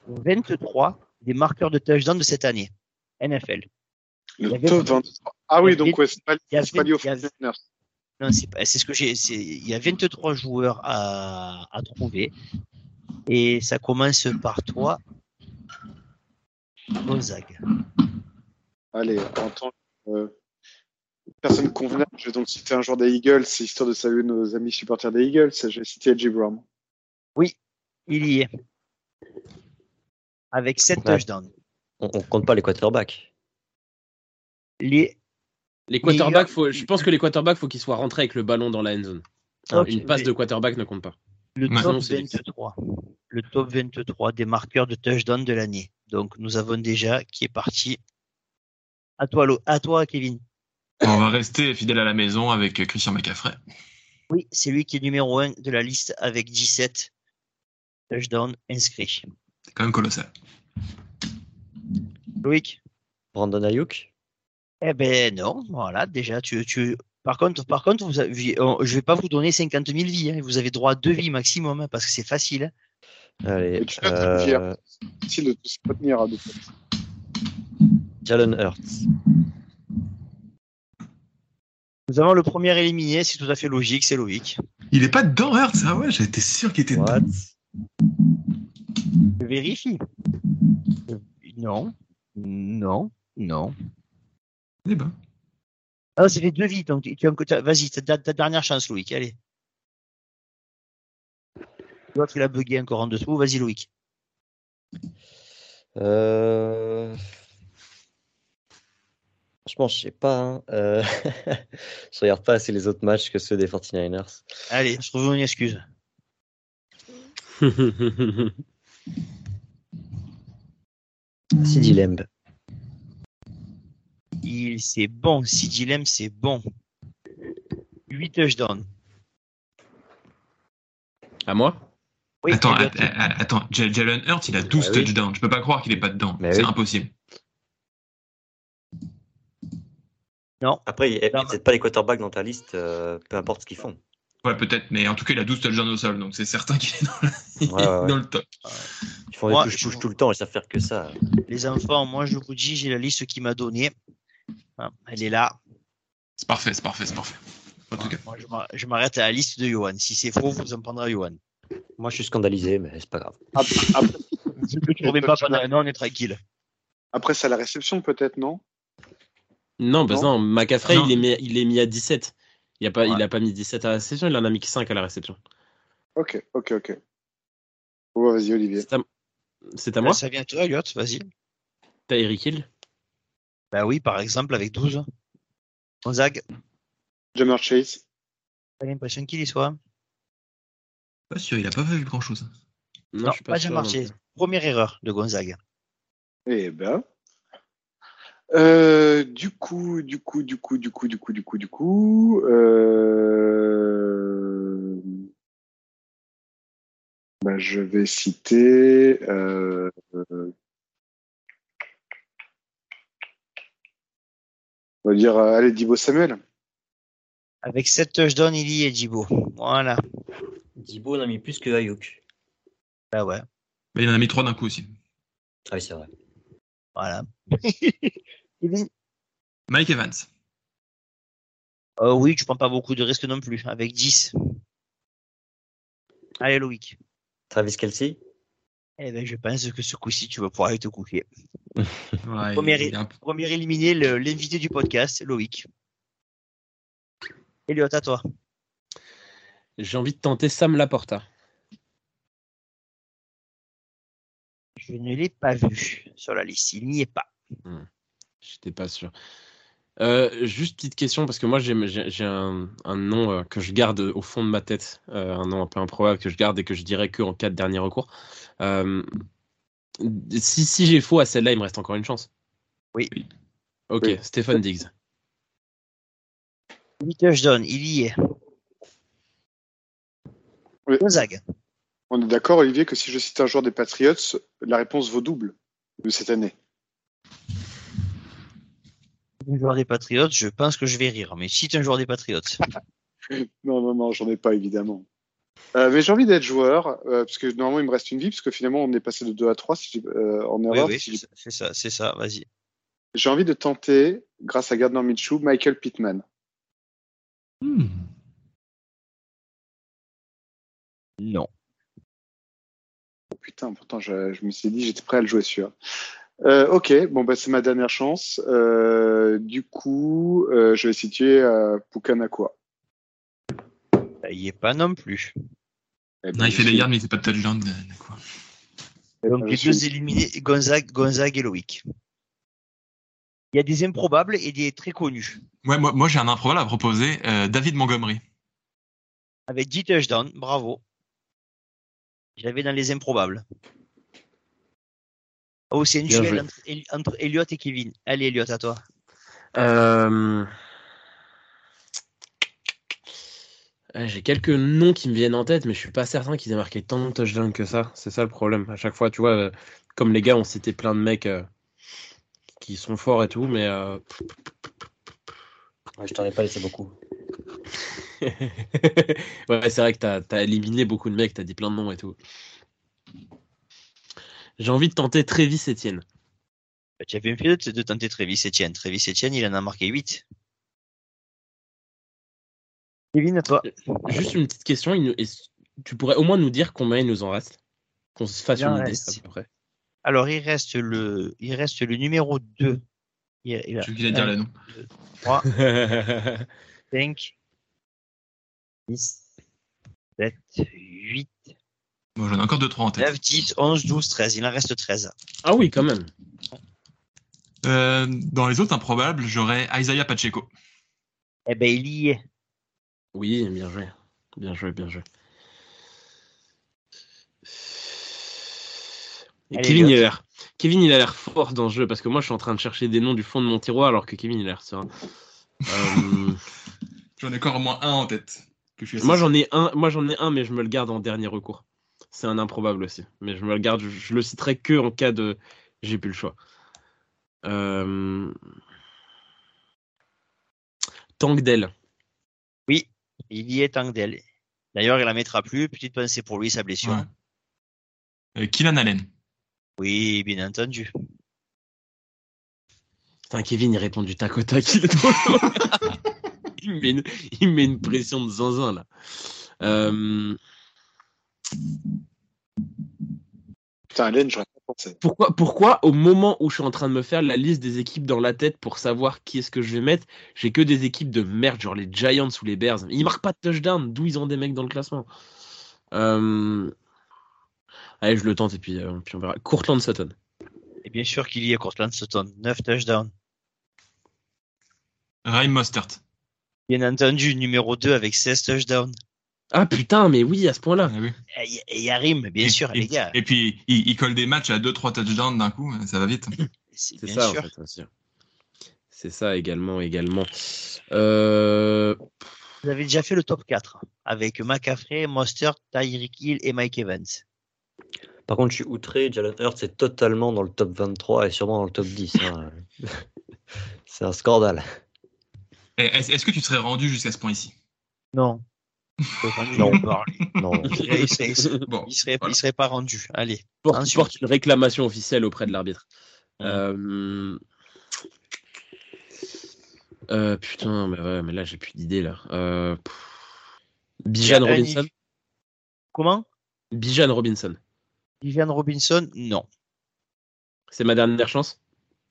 23 des marqueurs de touchdown de cette année, NFL. Le top 23. Ah oui, donc ouais, c'est pas lié aux 49ers. Non, c'est ce que j'ai. Il y a 23 joueurs à trouver. Et ça commence par toi, Gonzague. Allez, en tant que personne convenable, je vais donc citer un joueur des Eagles, c'est histoire de saluer nos amis supporters des Eagles. Je vais citer A.J. Brown. Oui, il y est. Avec 7 touchdowns. On compte pas les quarterbacks. Les quarterbacks, je pense que les quarterbacks, faut qu'ils soient rentrés avec le ballon dans la end zone. Okay. Une passe de quarterback ne compte pas. Le top 23 des marqueurs de touchdown de l'année. Donc, nous avons déjà qui est parti. À toi, Kevin. On va rester fidèle à la maison avec Christian McCaffrey. Oui, c'est lui qui est numéro 1 de la liste avec 17 touchdowns inscrits. C'est quand même colossal. Loïc. Brandon Ayuk. Eh ben non, voilà, déjà, Par contre, je vais pas vous donner 50 000 vies, hein. Vous avez droit à 2 vies maximum, hein, parce que c'est facile. Hein. Allez, tu peux être fier. C'est difficile de se retenir à deux fois. Jalen Hurts. Nous avons le premier éliminé, c'est tout à fait logique, c'est Loïc. Il est pas dedans, Hurts, ah ouais, j'étais sûr qu'il était dedans. Je vérifie. Non. Eh ben. Ah, ça fait 2 vies, donc vas-y, ta dernière chance, Loïc, allez. L'autre, il a bugué encore en dessous, vas-y, Loïc. Franchement, je sais pas. Hein. Je regarde pas assez les autres matchs que ceux des 49ers. Allez, je trouve une excuse. CeeDee Lamb. C'est bon, CeeDee Lamb, c'est bon. 8 touchdowns. À moi? Oui, attends, Jalen Hurts, il a 12 touchdowns. Je peux pas croire qu'il est pas dedans. C'est impossible. Non. Après, il n'y a peut-être pas les quarterbacks dans ta liste, peu importe ce qu'ils font. Ouais, peut-être, mais en tout cas, il a 12 touchdowns au sol, donc c'est certain qu'il est Ouais. dans le top. Ils font des Moi, touches tout le temps et savent faire que ça. Les enfants, moi je vous dis, j'ai la liste qu'il m'a donnée. Hein, elle est là. C'est parfait. En tout cas. Moi, je m'arrête à la liste de Johan. Si c'est faux, vous en prendrez Johan. Moi, je suis scandalisé, mais c'est pas grave. Après, Je ne te remets pas pendant un an, on est tranquille. après, c'est à la réception, peut-être, non? Non, bah Non. non, McCaffrey, Non. il est mis à 17. Il a Ouais. pas mis 17 à la réception, il en a mis que 5 à la réception. Ok. Bon, vas-y, Olivier. C'est à moi? Ça vient à toi, Elliot, vas-y. T'as Eric Hill? Bah oui, par exemple, avec 12. Gonzague, Jamar Chase. t'as l'impression qu'il y soit? Pas sûr, il a pas vu grand-chose. Non, je suis pas sûr Jamar non Chase. plus. Première erreur de Gonzague. Eh ben. Du coup, bah, je vais citer on va dire allez, Deebo Samuel. Avec 7 touchdowns, il y est, Djibo. Voilà. Thibaut en a mis plus que Ayuk. Bah ouais, Mais il en a mis 3 d'un coup aussi. Ah oui, c'est vrai. voilà. Kevin? Mike Evans. Oui, tu prends pas beaucoup de risques non plus, avec 10. Allez, Loïc. Travis Kelce. Eh ben, je pense que ce coup-ci, tu vas pouvoir aller te coucher. Ouais, Premier éliminé, l'invité du podcast, Loïc. Elliot, à toi. J'ai envie de tenter Sam Laporta. Je ne l'ai pas vu sur la liste, il n'y est pas. J'étais pas sûr. Juste petite question, parce que moi j'ai un nom que je garde au fond de ma tête, un nom un peu improbable que je garde et que je dirais que en cas de dernier recours. Si j'ai faux à celle-là, il me reste encore une chance. Oui. Ok, Oui. Stephen Diggs. 8 touchdowns, il y est. Oui. Gonzague. On est d'accord, Olivier, que si je cite un joueur des Patriots, la réponse vaut double de cette année. Un joueur des Patriots, je pense que je vais rire, mais si tu es un joueur des Patriots. Non, j'en ai pas, évidemment. Mais j'ai envie d'être joueur, parce que normalement, il me reste une vie, parce que finalement, on est passé de 2 à 3 en erreur. Oui, Si c'est ça, vas-y. j'ai envie de tenter, grâce à Gardner Minshew, Michael Pittman. Non. Oh, putain, pourtant, je me suis dit, j'étais prêt à le jouer sûr. Ok, bon, bah, c'est ma dernière chance. Du coup, je vais situer Puka Nacua. Il n'y est pas non plus. Eh ben, Non, il je fait des suis- yards, mais il fait pas de touchdown. Quoi. eh ben, Donc je les suis- deux éliminés, Gonzague et Loïc. Il y a des improbables et des très connus. Ouais, moi j'ai un improbable à proposer. David Montgomery. Avec 10 touchdowns, bravo. J'avais dans les improbables. Oh, c'est une Bien duel joué. entre Elliot et Kevin. Allez, Elliot, à toi. J'ai quelques noms qui me viennent en tête, mais je suis pas certain qu'ils aient marqué tant de touchdowns que ça. C'est ça le problème. À chaque fois, tu vois, comme les gars ont cité plein de mecs qui sont forts et tout, mais Ouais, je t'en ai pas laissé beaucoup. ouais, c'est vrai que t'as éliminé beaucoup de mecs, t'as dit plein de noms et tout. J'ai envie de tenter Travis Etienne. Tu as bien fait de tenter Travis Etienne. Travis Etienne, il en a marqué 8. Kevin, à toi. Juste une petite question, tu pourrais au moins nous dire combien il nous en reste? Qu'on se fasse Il en une idée reste. à peu près. Alors, il reste le numéro 2. Il a Je vais dire là, non. 3, 5, 6, 7, 8, Moi, j'en ai encore 2-3 en tête. 9, 10, 11, 12, 13. Il en reste 13. Ah oui, quand même. Dans les autres improbables, j'aurais Isaiah Pacheco. Eh ben, il y est. Oui, bien joué. Bien joué, bien joué. Et Allez, Kevin, Elliot. Kevin, il a l'air fort dans ce jeu parce que moi, je suis en train de chercher des noms du fond de mon tiroir alors que Kevin, il a l'air serein. J'en ai encore au moins un en tête. Que je suis Moi, j'en ai un, mais je me le garde en dernier recours. C'est un improbable aussi. Mais je me le garde, je le citerai que en cas de. J'ai plus le choix. Tank Dell. Oui, il y est Tangdell. D'ailleurs, il la mettra plus. Petite pensée pour lui, sa blessure. Ouais. Kylian Allen. Oui, bien entendu. Putain, Kevin, il répond du tac au tac. Il est trop chaud. il met une pression de zinzin, là. Putain, Allen, j'aurais pas pensé. Pourquoi, au moment où je suis en train de me faire la liste des équipes dans la tête pour savoir qui est-ce que je vais mettre, j'ai que des équipes de merde, genre les Giants ou les Bears. Ils marquent pas de touchdown, d'où ils ont des mecs dans le classement. Allez, je le tente et puis on verra. Courtland Sutton. Et bien sûr qu'il y a Courtland Sutton. 9 touchdowns. Raheem Mostert. Bien entendu, numéro 2 avec 16 touchdowns. Ah putain, mais oui, à ce point-là. Ah oui. Et Yarim, bien sûr, les gars. Et puis, il colle des matchs à 2-3 touchdowns d'un coup, ça va vite. C'est C'est bien ça, sûr. en fait, aussi. C'est ça également. Vous avez déjà fait le top 4 avec McCaffrey, Mostert, Tyreek Hill et Mike Evans. Par contre, je suis outré. Jalen Hurts est totalement dans le top 23 et sûrement dans le top 10. Hein. C'est un scandale. Est-ce que tu serais rendu jusqu'à ce point ici? Non. Non. Non. Il Bon, serait voilà. pas rendu. Allez. porte une réclamation officielle auprès de l'arbitre. Putain, mais là, j'ai plus d'idées, là. Bijan Robinson. Comment? Bijan Robinson. Vivian Robinson? Non. C'est ma dernière chance.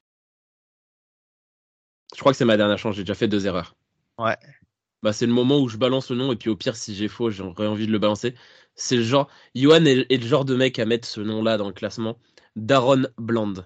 Je crois que c'est ma dernière chance. J'ai déjà fait 2 erreurs. Ouais. Bah, c'est le moment où je balance le nom et puis au pire, si j'ai faux, j'aurais envie de le balancer. C'est le genre. Johan est le genre de mec à mettre ce nom-là dans le classement. Daron Bland.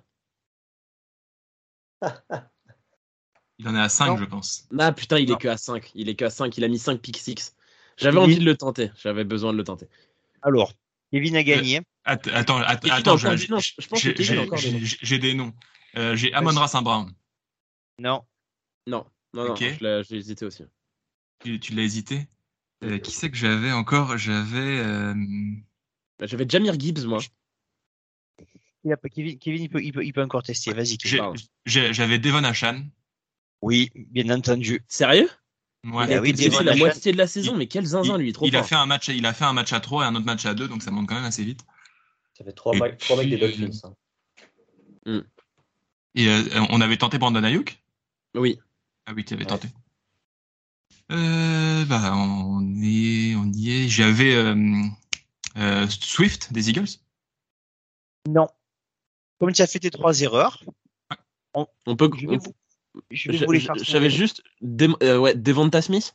Il en est à 5, Non. je pense. Ah putain, il Non. est que à 5. Il est que à 5. Il a mis 5 pick 6. J'avais envie de le tenter. J'avais besoin de le tenter. Alors, Kevin a gagné. Attends, Kevin a attends, encore des noms. Je pense que Kevin a encore des noms. j'ai des noms. J'ai Amon-Ra St. Brown. Non. Non, Ok. j'ai hésité aussi. Tu l'as hésité. Qui c'est que j'avais encore? J'avais Jahmyr Gibbs, moi. Kevin, il peut encore tester. Vas-y, Kevin. J'avais Devon Achan. Oui, bien entendu. Sérieux? Ouais. Il a oui, été blessé Devon la Achan. moitié de la saison, mais quel zinzin, lui, trop il a fort. fait un match à 3 et un autre match à 2, donc ça monte quand même assez vite. Ça fait 3 mecs des Dolphins. Hein. Et on avait tenté Brandon Ayuk? Oui. Ah oui, tu avais tenté. On y est. J'avais Swift des Eagles. Non. Comme tu as fait tes 3 erreurs, On peut. je vais vous les faire J'avais trouver. juste Devonta Smith.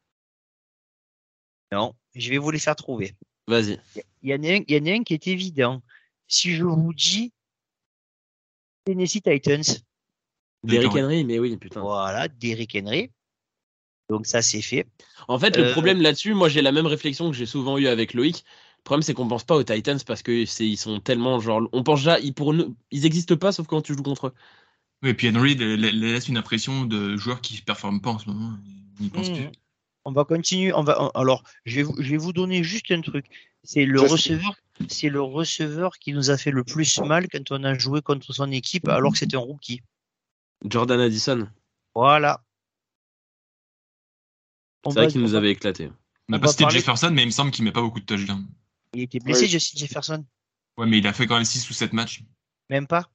Non, je vais vous les faire trouver. Vas-y. Il y en a un qui est évident. Si je vous dis Tennessee Titans, Derrick Henry, mais oui, putain. voilà, Derrick Henry. Donc ça, c'est fait. En fait, le problème là-dessus, moi j'ai la même réflexion que j'ai souvent eu avec Loïc. Le problème, c'est qu'on pense pas aux Titans parce que ils sont tellement genre. On pense déjà, ils existent pas sauf quand tu joues contre eux. Oui, et puis Henry laisse une impression de joueur qui ne performe pas en ce moment. Il n'y pense plus. On va continuer. Alors, je vais vous donner juste un truc. C'est le receveur qui nous a fait le plus mal quand on a joué contre son équipe alors que c'était un rookie. Jordan Addison. Voilà. C'est vrai qu'il nous avait éclaté. C'était Jefferson, mais il me semble qu'il met pas beaucoup de touchdowns. Il était blessé, Oui. Justin Jefferson. Ouais, mais il a fait quand même 6 ou 7 matchs. Même pas.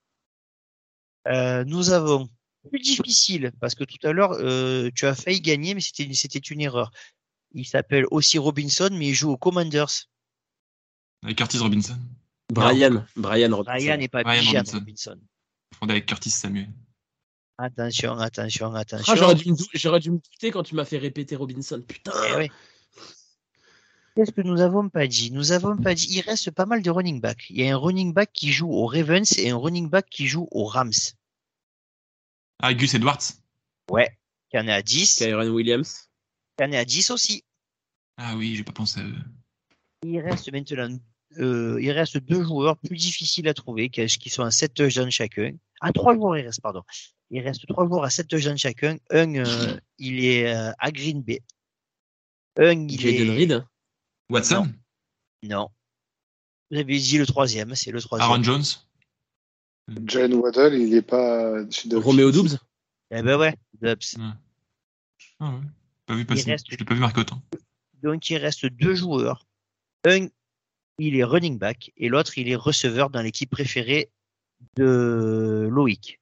Nous avons plus difficile parce que tout à l'heure tu as failli gagner, mais c'était une erreur. Il s'appelle aussi Robinson, mais il joue aux Commanders. Avec Curtis Robinson. Brian Robinson. Ryan n'est pas Ryan Bijan Robinson. Robinson. Fondé avec Curtis Samuel. Attention. Ah, j'aurais dû me douter quand tu m'as fait répéter Robinson. Putain. Eh ouais. Qu'est-ce que nous avons pas dit? Il reste pas mal de running back. Il y a un running back qui joue aux Ravens et un running back qui joue aux Rams. Ah, Gus Edwards. Ouais. Il y en a à 10. Kyren Williams. Il y en a à 10 aussi. Ah oui, j'ai pas pensé à eux. Il reste maintenant, il reste 2 joueurs plus difficiles à trouver, qui sont à 7 touchdowns chacun. À 3 joueurs, il reste, pardon. Il reste 3 joueurs à 7 touchdowns chacun. Un, il est à Green Bay. Un, il Jaden est... Reed. Watson. Non. Vous avez dit le troisième, c'est le troisième. Aaron Jones. Jalen Waddle, il est pas. Romeo Doubs. Eh ben ouais, Dubs. Ouais. Ah ouais. Pas vu passer. reste- Je l'ai pas vu marquer autant. Donc, il reste 2 joueurs. Un, il est running back et l'autre, il est receveur dans l'équipe préférée de Loïc.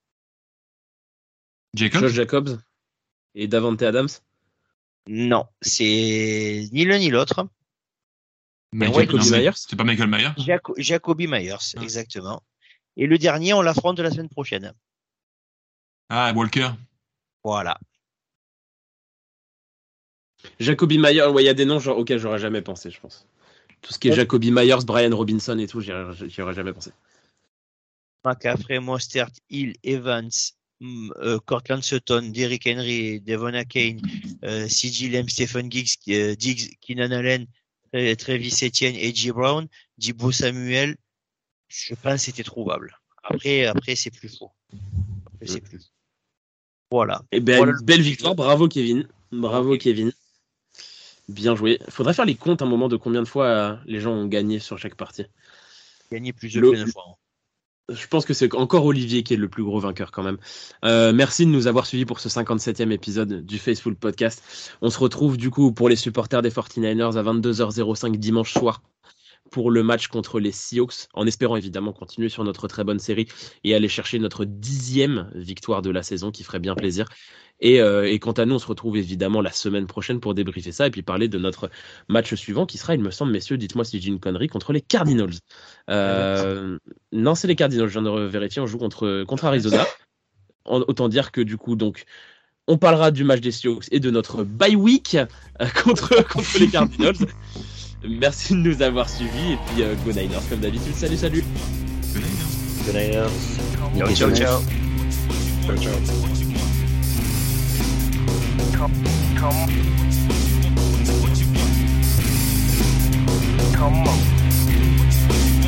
Josh Jacobs et Davante Adams. Non, c'est ni l'un ni l'autre. Jacoby Myers. C'est pas Michael Myers. Jacoby Myers, exactement. Et le dernier, on l'affronte la semaine prochaine. Ah, Walker. Voilà. Jacoby Myers, ouais, il y a des noms auxquels j'aurais jamais pensé, je pense. Tout ce qui est Jacoby Myers, Brian Robinson et tout, j'y aurais jamais pensé. McCaffrey, Mostert, Hill, Evans, Cortland Sutton, Derrick Henry, Devon Akane, C.J. Lamb, Stephen Diggs, Keenan Allen, Travis Etienne, A.J. Brown, Deebo Samuel, je pense que c'était trouvable. Après c'est plus faux. Voilà. Et ben, une belle victoire, bravo Kevin. Bravo Kevin. Bien joué. Faudrait faire les comptes un moment de combien de fois les gens ont gagné sur chaque partie. Gagné plus de fois. Je pense que c'est encore Olivier qui est le plus gros vainqueur quand même. Merci de nous avoir suivis pour ce 57e épisode du Faceful Podcast. On se retrouve du coup pour les supporters des 49ers à 22h05 dimanche soir pour le match contre les Seahawks, en espérant évidemment continuer sur notre très bonne série et aller chercher notre 10e victoire de la saison qui ferait bien plaisir. Et quant à nous, on se retrouve évidemment la semaine prochaine pour débriefer ça et puis parler de notre match suivant qui sera, il me semble, messieurs, dites-moi si j'ai une connerie, contre les Cardinals. Non, c'est les Cardinals, je viens de vérifier, on joue contre Arizona. Autant dire que du coup, donc, on parlera du match des Seahawks et de notre bye week contre les Cardinals. Merci de nous avoir suivis et puis Go Niners comme d'habitude. Salut. Go Niners. Ciao. Ciao. Come on.